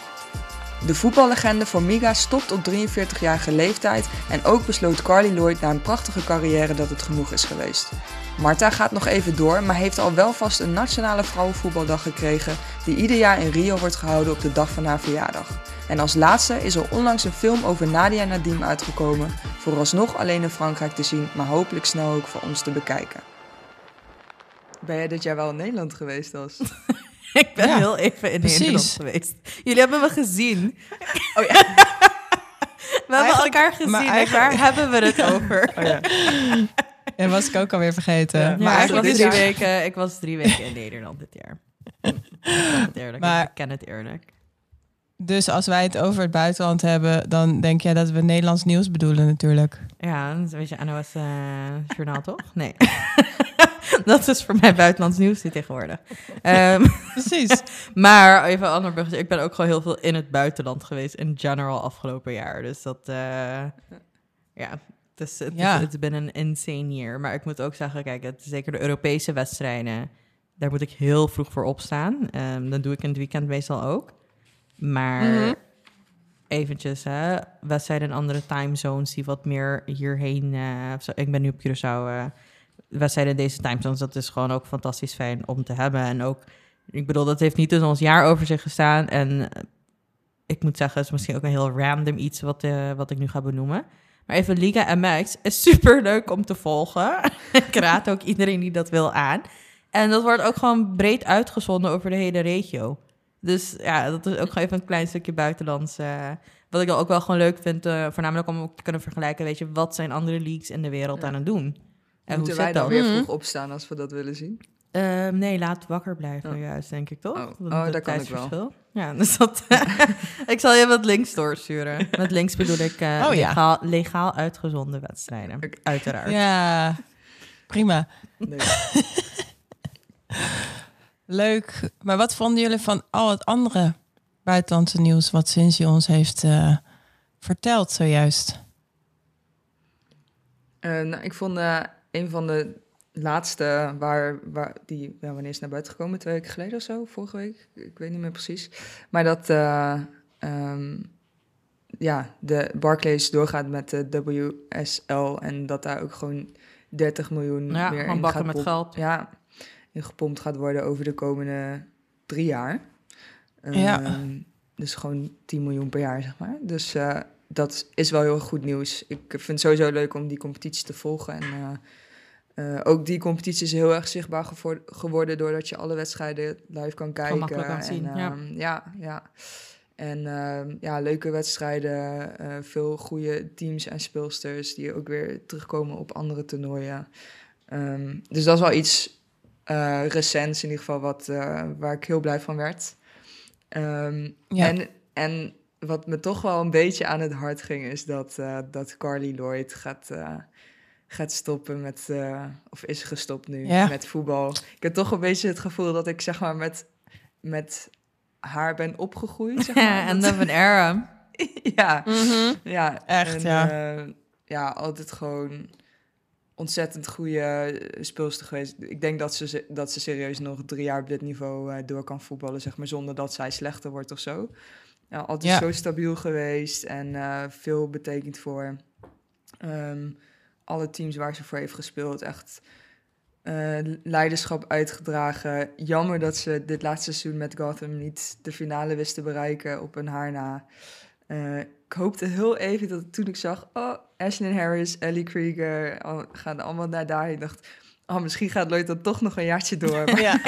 De voetballegende Formiga stopt op drieënveertigjarige leeftijd en ook besloot Carly Lloyd na een prachtige carrière dat het genoeg is geweest. Marta gaat nog even door, maar heeft al wel vast een nationale vrouwenvoetbaldag gekregen die ieder jaar in Rio wordt gehouden op de dag van haar verjaardag. En als laatste is er onlangs een film over Nadia Nadim uitgekomen, vooralsnog alleen in Frankrijk te zien, maar hopelijk snel ook voor ons te bekijken. Ben jij dit jaar wel in Nederland geweest, As? Ik ben Ja, heel even in precies. Nederland geweest. Jullie hebben me gezien. Oh ja. We hebben elkaar gezien. maar en eigenlijk- waar hebben we het over? Oh ja. En was ik ook alweer vergeten. Ja, maar Maar ik, eigenlijk was is drie het- weken, ik was drie weken in Nederland dit jaar. Ik ken het eerlijk. Maar- Ik ken het eerlijk. Dus als wij het over het buitenland hebben, dan denk jij dat we Nederlands nieuws bedoelen natuurlijk. Ja, dat is een beetje N O S uh, journaal toch? Nee. Dat is voor mij buitenlands nieuws dit tegenwoordig. Um, Precies. Maar even een ander bruggetje. Ik ben ook gewoon heel veel in het buitenland geweest in general afgelopen jaar. Dus dat, uh, ja, het is, het Ja. is, het is been een insane year. Maar ik moet ook zeggen, kijk, het, zeker de Europese wedstrijden, daar moet ik heel vroeg voor opstaan. Um, dan doe ik in het weekend meestal ook. Maar Mhm. eventjes, hè, wedstrijden in andere timezones die wat meer hierheen... Uh, zo, ik ben nu op Curaçao... Uh, wedstrijden in deze timezones, dat is gewoon ook fantastisch fijn om te hebben. En ook, ik bedoel, dat heeft niet in ons jaaroverzicht gestaan. En uh, ik moet zeggen, het is misschien ook een heel random iets wat, uh, wat ik nu ga benoemen. Maar even Liga M X is super leuk om te volgen. Ik raad ook iedereen die dat wil aan. En dat wordt ook gewoon breed uitgezonden over de hele regio. Dus ja, dat is ook gewoon even een klein stukje buitenlands. Uh, wat ik dan ook wel gewoon leuk vind, uh, voornamelijk om ook te kunnen vergelijken, weet je, wat zijn andere leagues in de wereld Ja. aan het doen? En Moeten hoe wij zit dan dat? weer Mhm. vroeg opstaan als we dat willen zien? Uh, nee, laat wakker blijven, Oh. juist, denk ik, toch? Oh, Dat- oh dat dat kan ik wel. tijdsverschil. Ja, dus dat... ik zal je wat links doorsturen. Met links bedoel ik uh, Oh, ja. legaal, legaal uitgezonden wedstrijden. Oké. Uiteraard. Ja, prima. Nee. Leuk. Maar wat vonden jullie van al het andere buitenlandse nieuws wat Cinzia ons heeft uh, verteld zojuist? Uh, nou, ik vond uh, een van de laatste waar, waar die, ja, wanneer is het naar buiten gekomen? Twee weken geleden of zo? Vorige week? Ik weet niet meer precies. Maar dat uh, um, ja, de Barclays doorgaat met de W S L en dat daar ook gewoon dertig miljoen Ja, meer gewoon in bakken gaat met pom- geld. Ja, in gepompt gaat worden over de komende drie jaar. Ja. Um, dus gewoon tien miljoen per jaar, zeg maar. Dus uh, dat is wel heel erg goed nieuws. Ik vind het sowieso leuk om die competitie te volgen. En uh, uh, ook die competitie is heel erg zichtbaar gevo- geworden doordat je alle wedstrijden live kan kijken. makkelijk kan zien, en, ja. um, ja, ja. En uh, ja, leuke wedstrijden, uh, veel goede teams en speelsters die ook weer terugkomen op andere toernooien. Um, dus dat is wel iets uh, recents in ieder geval wat, uh, waar ik heel blij van werd. Um, Ja. en, en wat me toch wel een beetje aan het hart ging, is dat, uh, dat Carly Lloyd gaat, uh, gaat stoppen met, uh, of is gestopt nu, Ja. met voetbal. Ik heb toch een beetje het gevoel dat ik zeg maar met, met haar ben opgegroeid. Zeg maar. End of an era. ja, Mhm. ja, Echt, en, ja. uh, ja, altijd gewoon ontzettend goede speelster geweest. Ik denk dat ze, dat ze serieus nog drie jaar op dit niveau uh, door kan voetballen, zeg maar, zonder dat zij slechter wordt of zo. Ja, altijd Ja. zo stabiel geweest en uh, veel betekend voor um, alle teams waar ze voor heeft gespeeld. Echt uh, leiderschap uitgedragen. Jammer dat ze dit laatste seizoen met Gotham niet de finale wist te bereiken op een haar na. Uh, ik hoopte heel even dat toen ik zag, oh, Ashlyn Harris, Ellie Krieger, al, gaan allemaal naar daar. Ik dacht, oh, misschien gaat Lloyd dan toch nog een jaartje door. Maar, Ja.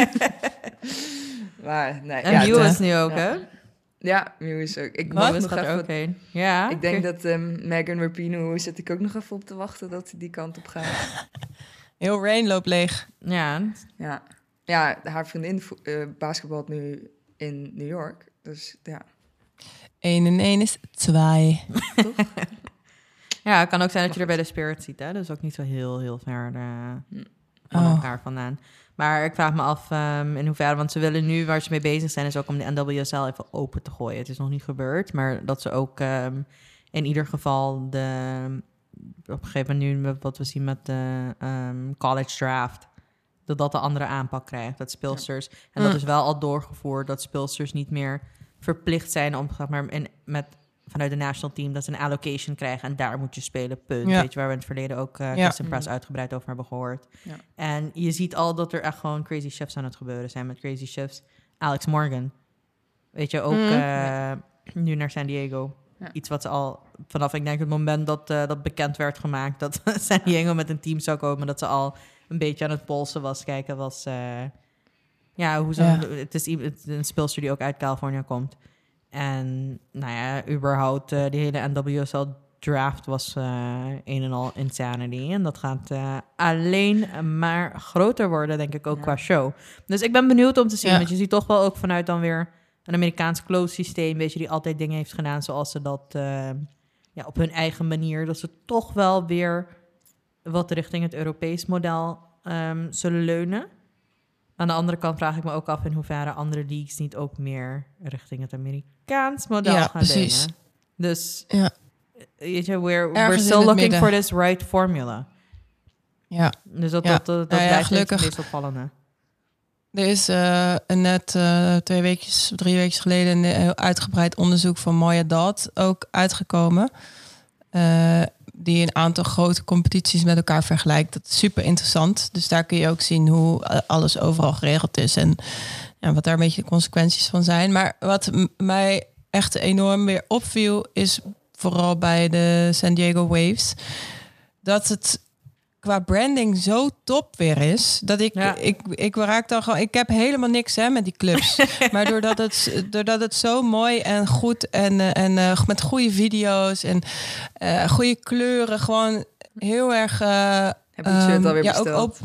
maar nee. En ja, Mew het, is nu ook, ja. hè? Ja, Mew is ook. Ik Wat? moet Mew nog gaat er even. ook heen. Ja. Ik denk oké. dat um, Megan Rapinoe zit ik ook nog even op te wachten dat hij die kant op gaat. Heel Rain loopt leeg. Ja, Ja, ja, haar vriendin vo- uh, basketbalt nu in New York. Dus ja, één en één is twee. toch? ja, het kan ook zijn dat je er bij de Spirit ziet, hè? Dus ook niet zo heel, heel ver uh, van Oh. elkaar vandaan. Maar ik vraag me af um, in hoeverre, want ze willen nu, waar ze mee bezig zijn, is ook om de N W S L even open te gooien. Het is nog niet gebeurd, maar dat ze ook um, in ieder geval de, op een gegeven moment nu, wat we zien met de um, college draft, dat dat een andere aanpak krijgt, dat speelsters. En dat Mm. is wel al doorgevoerd, dat speelsters niet meer verplicht zijn om, zeg maar, in, met vanuit de national team dat ze een allocation krijgen en daar moet je spelen, punt. Ja. Weet je, waar we in het verleden ook uh, Ja. Kristen Press Mm. uitgebreid over hebben gehoord. Ja. En je ziet al dat er echt gewoon crazy shifts aan het gebeuren zijn met crazy shifts. Alex Morgan, weet je, ook Mm. uh, nu naar San Diego. Ja. Iets wat ze al vanaf, ik denk het moment dat uh, dat bekend werd gemaakt, dat San Diego met een team zou komen, dat ze al een beetje aan het polsen was, kijken was, uh, ja, hoe ze, Ja. het is i- het is een speelster die ook uit Californië komt. En nou ja, überhaupt, uh, die hele N W S L draft was uh, een en al insanity. En dat gaat uh, alleen maar groter worden, denk ik, ook Ja. qua show. Dus ik ben benieuwd om te zien, Ja. want je ziet toch wel ook vanuit dan weer een Amerikaans closed systeem, weet je, die altijd dingen heeft gedaan zoals ze dat uh, ja, op hun eigen manier, dat ze toch wel weer wat richting het Europees model um, zullen leunen. Aan de andere kant vraag ik me ook af in hoeverre andere leagues niet ook meer richting het Amerikaans model ja, gaan precies. leunen. Dus, ja. weet je, we're, we're Ergens still in het looking midden. for this right formula. Ja. Dus dat, Ja. dat, dat, dat Nou ja, blijft gelukkig. het meest opvallende. Er is uh, net uh, twee weekjes, drie weken geleden een heel uitgebreid onderzoek van Maya Dodd ook uitgekomen. Uh, die een aantal grote competities met elkaar vergelijkt. Dat is super interessant. Dus daar kun je ook zien hoe alles overal geregeld is. En ja, wat daar een beetje de consequenties van zijn. Maar wat m- mij echt enorm weer opviel, is vooral bij de San Diego Waves, dat het qua branding zo top weer is, dat ik, Ja. ik, ik raak dan gewoon, ik heb helemaal niks hè, met die clubs. Maar doordat het, doordat het zo mooi en goed en, uh, en uh, met goede video's en uh, goede kleuren, gewoon heel erg. Uh, Heb je het shirt um, alweer ja, besteld? ook op,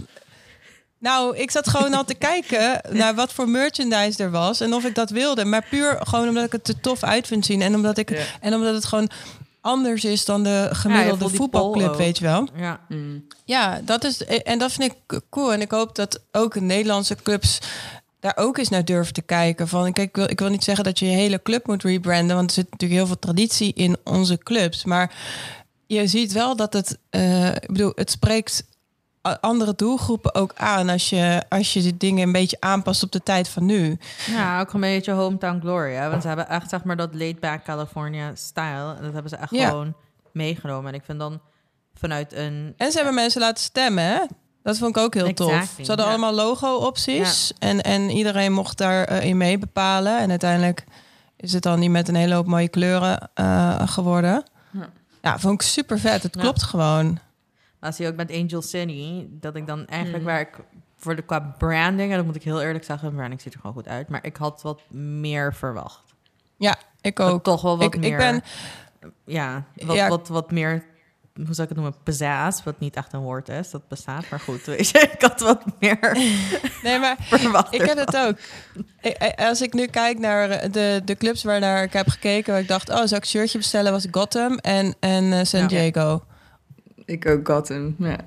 nou, ik zat gewoon al te kijken naar wat voor merchandise er was en of ik dat wilde. Maar puur gewoon omdat ik het er tof uit vind zien en omdat ik Ja. en omdat het gewoon anders is dan de gemiddelde voelt die voetbalclub, polo. weet je wel. Ja. Mm. Ja, dat is en dat vind ik cool. En ik hoop dat ook Nederlandse clubs daar ook eens naar durven te kijken. Van, kijk, ik wil, ik wil niet zeggen dat je je hele club moet rebranden, want er zit natuurlijk heel veel traditie in onze clubs. Maar je ziet wel dat het, uh, ik bedoel, het spreekt andere doelgroepen ook aan als je als je die dingen een beetje aanpast op de tijd van nu. Ja, ook een beetje hometown glory. Hè? Want ze hebben echt, zeg maar, dat laid-back California style. En dat hebben ze echt Ja. gewoon meegenomen. En ik vind dan vanuit een... En ze hebben mensen laten stemmen, hè? Dat vond ik ook heel tof. Exactly, Ze hadden ja. allemaal logo-opties. En, en iedereen mocht daarin uh, mee bepalen. En uiteindelijk is het dan niet met een hele hoop mooie kleuren uh, geworden. Ja. Ja, vond ik super vet. Het Ja. klopt gewoon. Maar zie je ook met Angel City, dat ik dan eigenlijk Mm. waar ik voor de qua branding, en dat moet ik heel eerlijk zeggen, branding ziet er gewoon goed uit, maar ik had wat meer verwacht. Ja, ik Dat ook. toch wel wat Ik, meer. ik ben... Ja, wat, Ja. Wat, wat meer, hoe zou ik het noemen, pizzazz, wat niet echt een woord is, dat bestaat, maar goed, weet je, ik had wat meer Nee, maar verwacht. ik heb ervan. het ook. Ik- Als ik nu kijk naar de, de clubs waarnaar ik heb gekeken, waar ik dacht, oh, zou ik een shirtje bestellen, was Gotham en, en uh, San Ja. Diego. Ik ook Gotham, ja.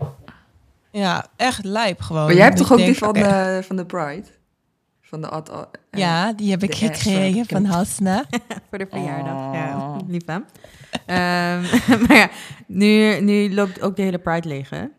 Ja, echt lijp gewoon. Maar jij hebt Dat toch ook ik die denk, van oké. de, van de Pride? Van de Ad... Ad- eh, Ja, die heb ik de gekregen Astro van Cup. Hasna. Voor de verjaardag, Oh. ja, lief hè. Ehm, maar ja, nu, nu loopt ook de hele Pride leeg, hè?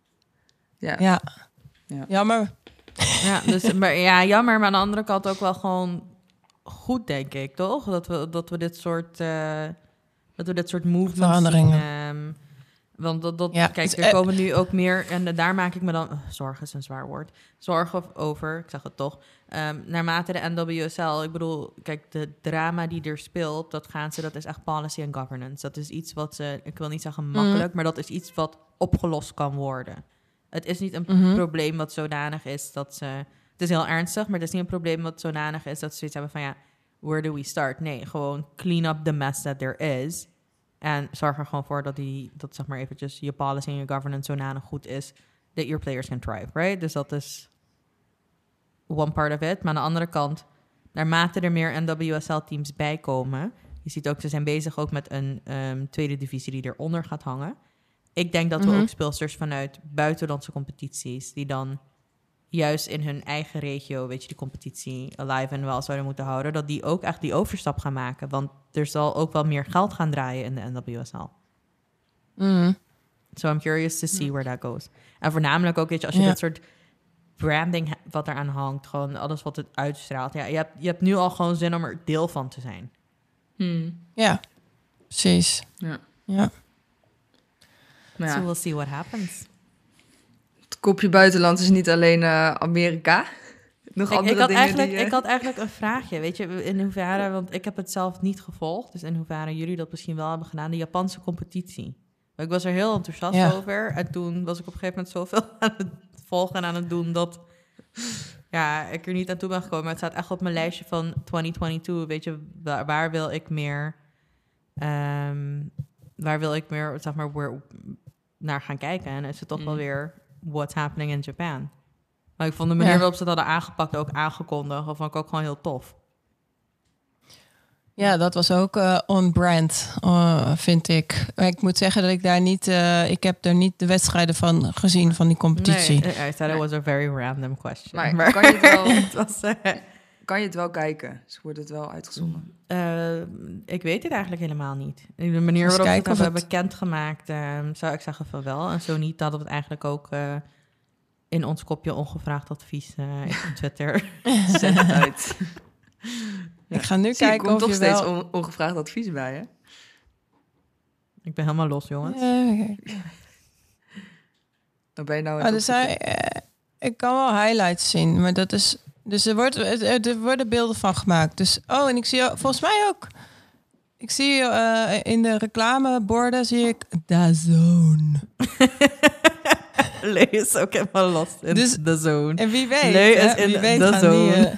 Ja. Ja. Ja. Jammer. Ja, dus, maar ja, jammer, maar aan de andere kant ook wel gewoon goed, denk ik, toch? Dat we, dat we dit soort, uh, dat we dit soort movements Veranderingen. zien. Um, want dat, dat Ja, kijk, dus, er eh, komen nu ook meer, en daar maak ik me dan, uh, zorgen is een zwaar woord, zorgen over, ik zeg het toch, um, naarmate de N W S L, ik bedoel, kijk, de drama die er speelt, dat gaan ze, dat is echt policy en governance. Dat is iets wat ze, ik wil niet zeggen makkelijk, maar dat is iets wat opgelost kan worden. Het is niet een Mhm. probleem wat zodanig is dat ze... Het is heel ernstig, maar het is niet een probleem wat zodanig is dat ze zoiets hebben van, ja, where do we start? Nee, gewoon clean up the mess that there is. En zorg er gewoon voor dat, die, dat zeg maar eventjes je policy en je governance zodanig goed is that your players can thrive, right? Dus dat is one part of it. Maar aan de andere kant, naarmate er meer N W S L-teams bijkomen, je ziet ook, ze zijn bezig ook met een um, tweede divisie die eronder gaat hangen. Ik denk dat we Mhm. ook speelsters vanuit buitenlandse competities, die dan juist in hun eigen regio, weet je, die competitie alive en wel zouden moeten houden, dat die ook echt die overstap gaan maken. Want er zal ook wel meer geld gaan draaien in de N W S L. Mm. So I'm curious to see where that goes. En voornamelijk ook, weet je, als je Ja. dit soort branding ha- wat eraan hangt, gewoon alles wat het uitstraalt. Ja, je hebt, je hebt nu al gewoon zin om er deel van te zijn. Hmm. Ja, precies. Ja. Ja. Maar So ja, we'll see what happens. het kopje buitenland is niet alleen uh, Amerika. Nog Ik, andere ik, had dingen eigenlijk, die... uh, ik had eigenlijk een vraagje, weet je, in hoeverre, want ik heb het zelf niet gevolgd, dus in hoeverre jullie dat misschien wel hebben gedaan, de Japanse competitie. Ik was er heel enthousiast Ja. over en toen was ik op een gegeven moment zoveel aan het volgen en aan het doen dat ja, ik er niet aan toe ben gekomen. Maar het staat echt op mijn lijstje van twintig tweeëntwintig, weet je, waar, waar wil ik meer, um, waar wil ik meer, zeg maar, where, naar gaan kijken. En is het toch Mm. wel weer what's happening in Japan. Maar ik vond de manier Ja. waarop ze dat hadden aangepakt, ook aangekondigd, dat vond ik ook gewoon heel tof. Ja, dat was ook uh, on-brand, uh, vind ik. Maar ik moet zeggen dat ik daar niet... Uh, ik heb er niet de wedstrijden van gezien, van die competitie. Nee, I thought it was a very random question. Maar, maar kan, je het wel, het was, uh, kan je het wel kijken? Dus wordt het wel uitgezonden? Uh, ik weet het eigenlijk helemaal niet. De manier waarop we het hebben het... bekendgemaakt, uh, zou ik zeggen van wel. En zo niet, hadden we het eigenlijk ook... Uh, in ons kopje ongevraagd advies uh, op Twitter. Zet het uit. Ja. Ik ga nu Zie, kijken komt of toch je steeds wel... on- ongevraagd advies bij, hè? Ik ben helemaal los, jongens. Ja, okay. Dan ben je nou... Oh, dus hij, uh, ik kan wel highlights zien, maar dat is... Dus er, wordt, er worden beelden van gemaakt. Dus, oh, en ik zie volgens mij ook... Ik zie uh, in de reclameborden zie ik DAZN. Lee is ook helemaal lost in dus, de zone. En wie weet, Lee is hè, in wie weet de zone. Die, uh...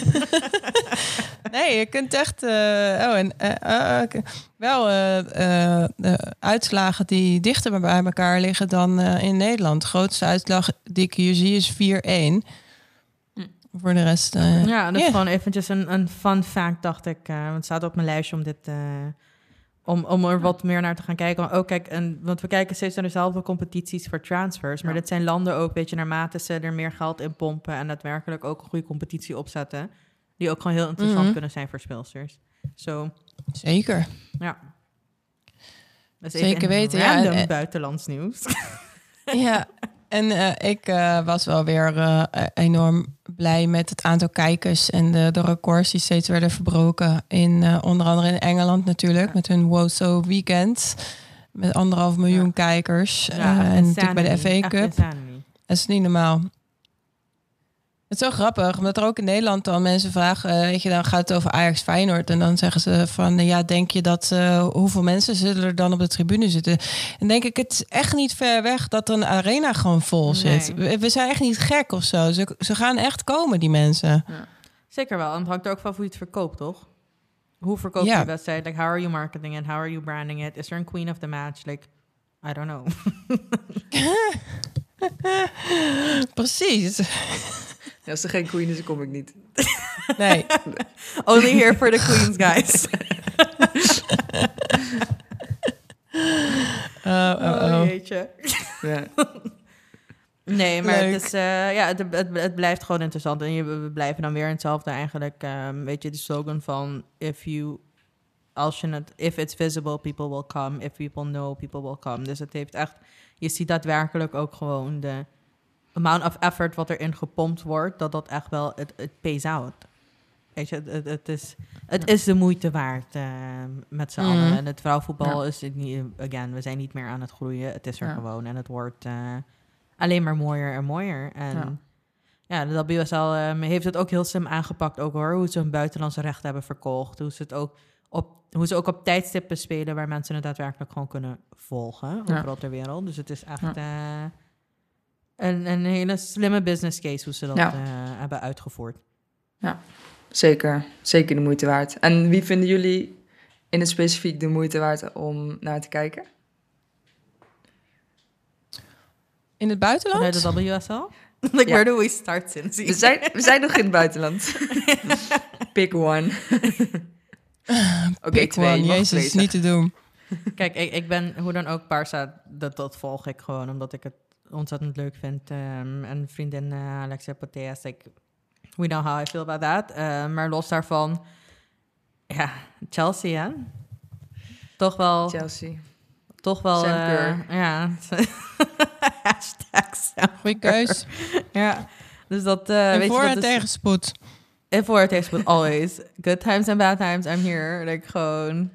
nee, je kunt echt... Uh, oh, en uh, uh, okay. wel uh, uh, de uitslagen die dichter bij elkaar liggen dan uh, in Nederland. De grootste uitslag die ik hier zie is vier-één. Hm. Voor de rest... Uh, ja, dat is yeah. gewoon eventjes een, een fun fact, dacht ik. Uh, want het staat op mijn lijstje om dit... Uh, Om, om er wat meer naar te gaan kijken. Oh, kijk, en, want we kijken steeds naar dezelfde competities voor transfers. Maar ja. dit zijn landen ook, weet je, naarmate ze er meer geld in pompen en daadwerkelijk ook een goede competitie opzetten. Die ook gewoon heel interessant mm-hmm. kunnen zijn voor speelsters. So, Zeker. Ja. Dus Zeker weten. Random ja, en, buitenlands nieuws. Ja, en uh, ik uh, was wel weer uh, enorm blij met het aantal kijkers en de, de records die steeds werden verbroken. In, uh, onder andere in Engeland natuurlijk, ja. met hun Woso Weekend. Met anderhalf miljoen ja. kijkers. Ja, uh, en natuurlijk bij de F A Cup. Dat is niet normaal. Het is zo grappig, omdat er ook in Nederland dan mensen vragen... Uh, weet je, dan gaat het over Ajax Feyenoord... en dan zeggen ze van, uh, ja, denk je dat... Uh, hoeveel mensen zullen er dan op de tribune zitten? En denk ik, het is echt niet ver weg... dat een arena gewoon vol zit. Nee. We, we zijn echt niet gek of zo. Ze, ze gaan echt komen, die mensen. Ja. Zeker wel, en het hangt er ook van hoe je het verkoopt, toch? Hoe verkoop je ja. de wedstrijd? Like, how are you marketing it? How are you branding it? Is er een queen of the match? Like, I don't know. Precies. Ja, als er geen queen is, dan kom ik niet. Nee. Only here for the queens, guys. oh, oh, oh. oh jeetje. Ja. Nee, maar Leuk. het, is, uh, ja, het, het, het blijft gewoon interessant. En je, we blijven dan weer hetzelfde eigenlijk. Um, weet je, de slogan van... If you... Als je het, if it's visible, people will come. If people know, people will come. Dus het heeft echt... Je ziet daadwerkelijk ook gewoon de... amount of effort wat erin gepompt wordt, dat dat echt wel, het, het pays out. Weet je, het, het, het, is, het is de moeite waard uh, met z'n mm. allen. En het vrouwenvoetbal ja. is het niet, again, we zijn niet meer aan het groeien. Het is er ja. gewoon en het wordt uh, alleen maar mooier en mooier. En ja, ja de W S L um, heeft het ook heel slim aangepakt ook hoor, hoe ze hun buitenlandse rechten hebben verkocht, hoe ze het ook op, hoe ze ook op tijdstippen spelen waar mensen het daadwerkelijk gewoon kunnen volgen, ja. overal ter wereld. Dus het is echt... Ja. Uh, Een, een hele slimme business case hoe ze dat ja. uh, hebben uitgevoerd. Ja, zeker. Zeker de moeite waard. En wie vinden jullie in het specifiek de moeite waard om naar te kijken? In het buitenland? Vanuit de W S L? Like, ja. Where do we start, Cindy? We zijn, we zijn nog in het buitenland. Pick one. Oké, okay, twee. One. Jezus, is niet te doen. Kijk, ik, ik ben hoe dan ook Barça, dat, dat volg ik gewoon, omdat ik het ontzettend leuk vind. Um, en vriendin uh, Alexia Putellas, like, we know how I feel about that. Uh, maar los daarvan, ja, Chelsea, hè? Toch wel... Chelsea. Toch wel... Sam uh, Kerr. Ja. Hashtag Sam Goeie keus. Ja, dus dat... Uh, en weet voor je, en dat tegenspoed. En voor en tegenspoed, always. Good times and bad times, I'm here. Like, gewoon...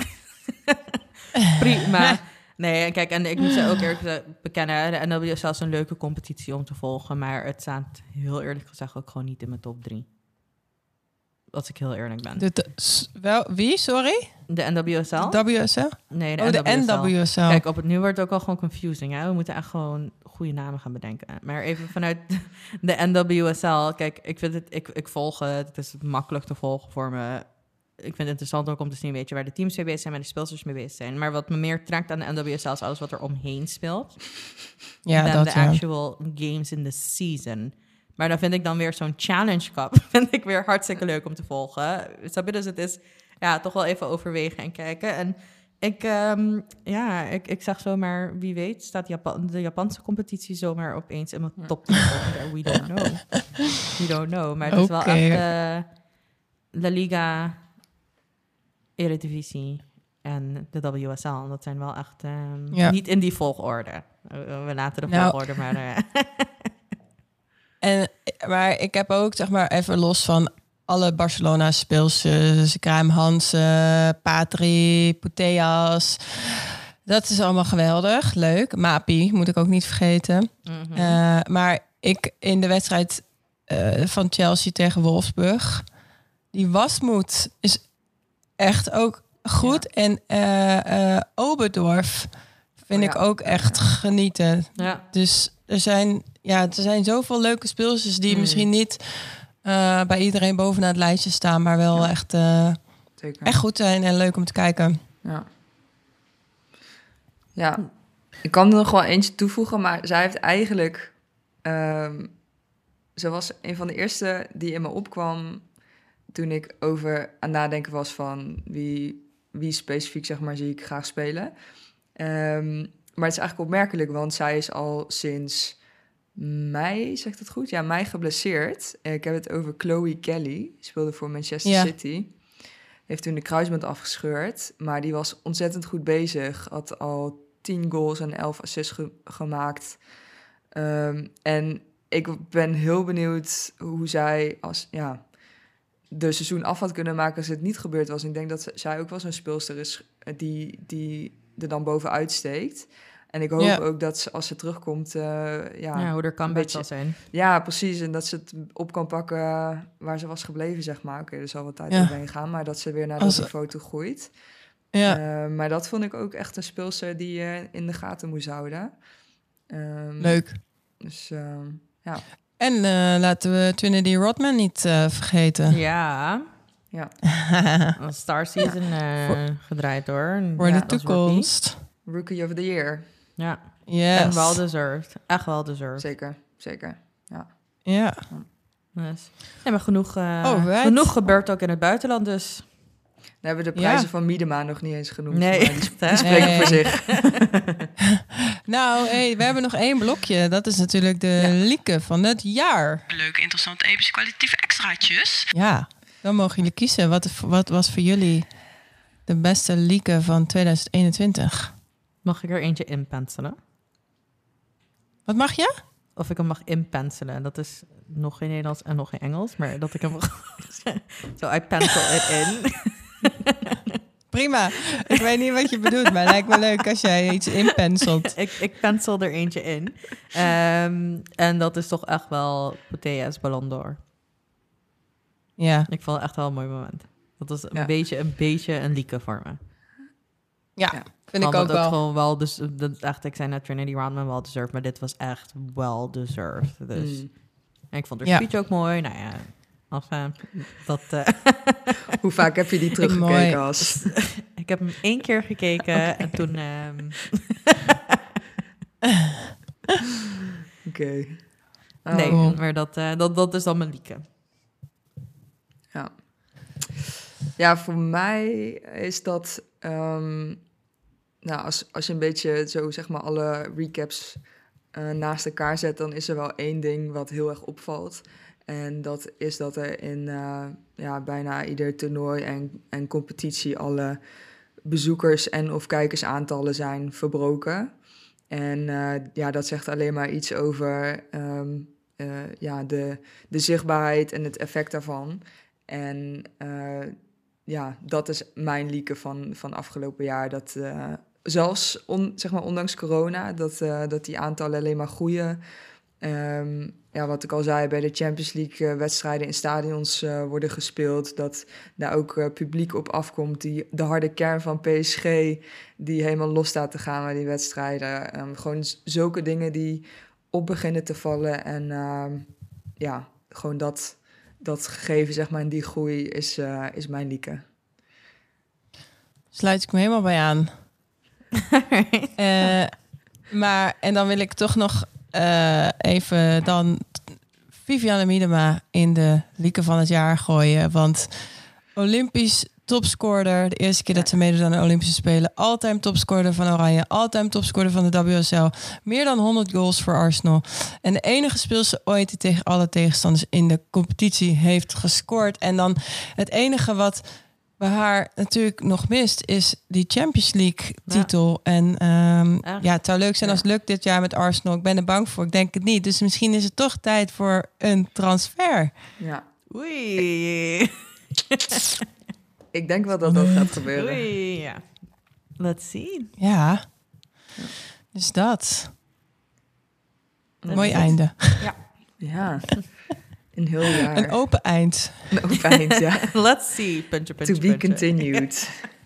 Prima. Nee, kijk, en ik moet ze ook eerlijk bekennen, de N W S L is een leuke competitie om te volgen, maar het staat heel eerlijk gezegd ook gewoon niet in mijn top drie. Als ik heel eerlijk ben. De, de, wel, wie, sorry? De N W S L? De W S L? Nee, de, oh, N W S L. de N W S L. Kijk, op het nu wordt het ook al gewoon confusing, hè? We moeten echt gewoon goede namen gaan bedenken. Maar even vanuit de N W S L, kijk, ik vind het, ik, ik volg het, het is makkelijk te volgen voor me. Ik vind het interessant ook om te zien, weet je, waar de teams mee bezig zijn, waar de speelsters mee bezig zijn. Maar wat me meer trekt aan de N W S L is alles wat er omheen speelt. Ja, dan dat de ja. actual games in the season. Maar dan vind ik dan weer zo'n Challenge Cup, vind ik weer hartstikke leuk om te volgen. Dus het is, ja, toch wel even overwegen en kijken. En ik, um, ja, ik, ik zag zomaar, wie weet, staat Japan, de Japanse competitie zomaar opeens in mijn top tien. We don't know. We don't know. Maar het is okay. wel echt uh, La Liga, Eredivisie en de W S L. Dat zijn wel echt um, ja. niet in die volgorde. We laten de nou, volgorde maar... Uh, en, maar ik heb ook, zeg maar, even los van alle Barcelona-speelsters, Graham Hansen, Patri, Putellas. Dat is allemaal geweldig, leuk. Mapi moet ik ook niet vergeten. Mm-hmm. Uh, maar ik in de wedstrijd uh, van Chelsea tegen Wolfsburg, die wasmoed is echt ook goed. Ja. En uh, uh, Oberdorf vind oh, ja. ik ook echt ja. genieten. Ja. Dus er zijn, ja, er zijn zoveel leuke speelsters die mm. misschien niet uh, bij iedereen bovenaan het lijstje staan, maar wel ja. echt, uh, echt goed zijn en leuk om te kijken. Ja. Ja, ik kan er nog wel eentje toevoegen, maar zij heeft eigenlijk... Um, ze was een van de eerste die in me opkwam toen ik over aan nadenken was van wie, wie specifiek, zeg maar, zie ik graag spelen. Um, maar het is eigenlijk opmerkelijk, want zij is al sinds mei, zegt het goed? Ja, mei geblesseerd. Ik heb het over Chloe Kelly, speelde voor Manchester ja. City. Heeft toen de kruisband afgescheurd, maar die was ontzettend goed bezig. Had al tien goals en elf assists ge- gemaakt. Um, en ik ben heel benieuwd hoe zij als ja, de seizoen af had kunnen maken als het niet gebeurd was. Ik denk dat ze, zij ook wel zo'n speelster is die, die er dan bovenuit steekt. En ik hoop ja. ook dat ze, als ze terugkomt... Uh, ja, ja, hoe er comeback zal zijn. Ja, precies. En dat ze het op kan pakken waar ze was gebleven, zeg maar. Oké, okay, er zal wat tijd ja. overheen gaan, maar dat ze weer naar dat niveau toe groeit. Ja. Uh, maar dat vond ik ook echt een speelster die je uh, in de gaten moest houden. Um, Leuk. Dus uh, ja. En uh, laten we Trinity Rodman niet uh, vergeten. Ja. Ja. Een Star Season uh, voor, gedraaid hoor. Voor ja, de toekomst. Rookie. Rookie of the Year. Ja. Yes. En wel deserved. Echt wel deserved. Zeker, zeker. Ja. Ja. Yes. Ja, maar genoeg, uh, oh, right. genoeg gebeurt ook in het buitenland dus. Dan hebben we de prijzen ja. van Miedema nog niet eens genoemd. Nee, die, die spreken nee. voor zich. Nou, hey, we hebben nog één blokje. Dat is natuurlijk de ja. Lieke van het jaar. Leuke, interessante, epische, kwalitatieve extraatjes. Ja, dan mogen jullie kiezen. Wat, wat was voor jullie de beste Lieke van tweeduizend eenentwintig? Mag ik er eentje inpenselen? Wat mag je? Of ik hem mag inpenselen. Dat is nog geen Nederlands en nog geen Engels. Maar dat ik hem... Zo, I pencil it in. Prima. Ik weet niet wat je bedoelt, maar het lijkt me leuk als jij iets inpenselt. ik, ik pensel er eentje in. Um, en dat is toch echt wel Putellas Ballon d'Or. Ja. Ik vond het echt wel een mooi moment. Dat was een, ja. beetje, een beetje een lieke voor me. Ja, ja. vind ik ook dat wel. Gewoon wel dus, dat echt, ik zei net Trinity Rodman wel deserved, maar dit was echt well deserved. Dus. Mm. En ik vond haar ja. speech ook mooi. Nou ja, enfin, dat... Uh... Hoe vaak heb je die teruggekeken als? Ik heb hem één keer gekeken okay. en toen... Um... Oké. Okay. Oh. Nee, maar dat, uh, dat, dat is dan mijn lieke. Ja. Ja, voor mij is dat... Um, nou, als, als je een beetje zo, zeg maar, alle recaps uh, naast elkaar zet, dan is er wel één ding wat heel erg opvalt. En dat is dat er in uh, ja, bijna ieder toernooi en, en competitie alle bezoekers en of kijkersaantallen zijn verbroken. En uh, ja, dat zegt alleen maar iets over um, uh, ja, de, de zichtbaarheid en het effect daarvan. En uh, ja, dat is mijn lieke van, van afgelopen jaar. Dat uh, zelfs, on, zeg maar, ondanks corona, dat, uh, dat die aantallen alleen maar groeien. Um, ja, wat ik al zei, bij de Champions League uh, wedstrijden in stadions uh, worden gespeeld. Dat daar ook uh, publiek op afkomt. Die, de harde kern van P S G, die helemaal los staat te gaan bij die wedstrijden. Um, gewoon z- zulke dingen die op beginnen te vallen. En uh, ja, gewoon dat, dat gegeven, zeg maar, en die groei is, uh, is mijn lieke. Sluit ik me helemaal bij aan. uh, maar, en dan wil ik toch nog uh, even dan Vivianne Miedema in de lieke van het jaar gooien. Want Olympisch topscorer. De eerste keer dat ze meedoen aan de Olympische Spelen. All-time topscorer van Oranje. All-time topscorer van de W S L. Meer dan honderd goals voor Arsenal. En de enige speelster ooit die tegen alle tegenstanders in de competitie heeft gescoord. En dan het enige wat bij haar natuurlijk nog mist is die Champions League titel. Ja. En um, ja, het zou leuk zijn als het lukt dit jaar met Arsenal. Ik ben er bang voor. Ik denk het niet. Dus misschien is het toch tijd voor een transfer. Ja. Oei. Ik denk wel dat dat gaat gebeuren. Oei, ja. Let's see. Ja. Dus dat. Dat Mooi is einde. Ja. Ja. Een heel jaar. Een open eind. Een open eind, ja. Let's see. Puntje, puntje, To be puntje. continued.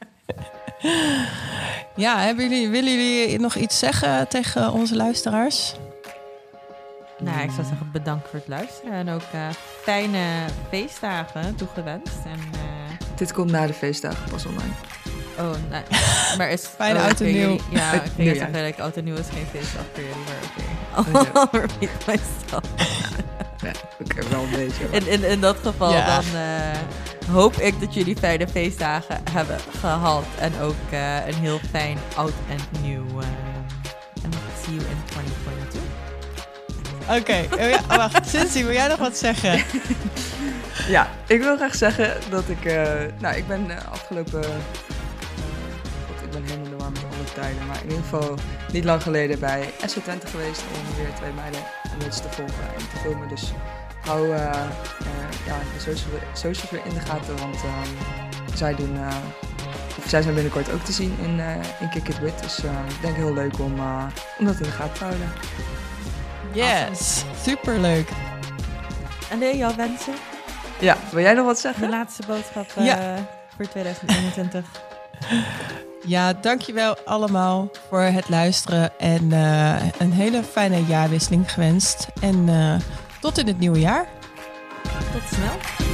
Ja, hebben jullie, willen jullie nog iets zeggen tegen onze luisteraars? Nou, ik zou zeggen bedankt voor het luisteren. En ook uh, fijne feestdagen toegewenst. En, uh... Dit komt na de feestdagen pas online. Oh, nee. Maar is Fijne oh, oud en nieuw. Ja, ik ging Nieuwjaar. zeggen dat oud en nieuw is geen feestdag voor jullie, maar oké. I'll repeat myself. Ja, oké, okay, wel een beetje. In, in, in dat geval Ja. dan uh, hoop ik dat jullie fijne feestdagen hebben gehad. En ook uh, een heel fijn oud en nieuw. Uh, en see you in twinty twenty-two. Oké, okay. ja, wacht. Cindy, wil jij nog wat zeggen? Ja, ik wil graag zeggen dat ik... Uh, nou, ik ben uh, afgelopen... Uh, God, ik ben helemaal de war met alle tijden. Maar in ieder geval niet lang geleden bij S C Twente geweest om weer twee meiden een beetje te volgen en te filmen. Dus hou uh, uh, ja, de socials, socials weer in de gaten, want uh, zij doen... Uh, of zij zijn binnenkort ook te zien in, uh, in Kick It With. Dus uh, ik denk heel leuk om, uh, om dat in de gaten te houden. Yes, superleuk. En de jouw wensen? Ja, wil jij nog wat De zeggen? laatste boodschap uh, Ja. voor twintig eenentwintig. Ja, dankjewel allemaal voor het luisteren. En uh, een hele fijne jaarwisseling gewenst. En uh, tot in het nieuwe jaar. Tot snel.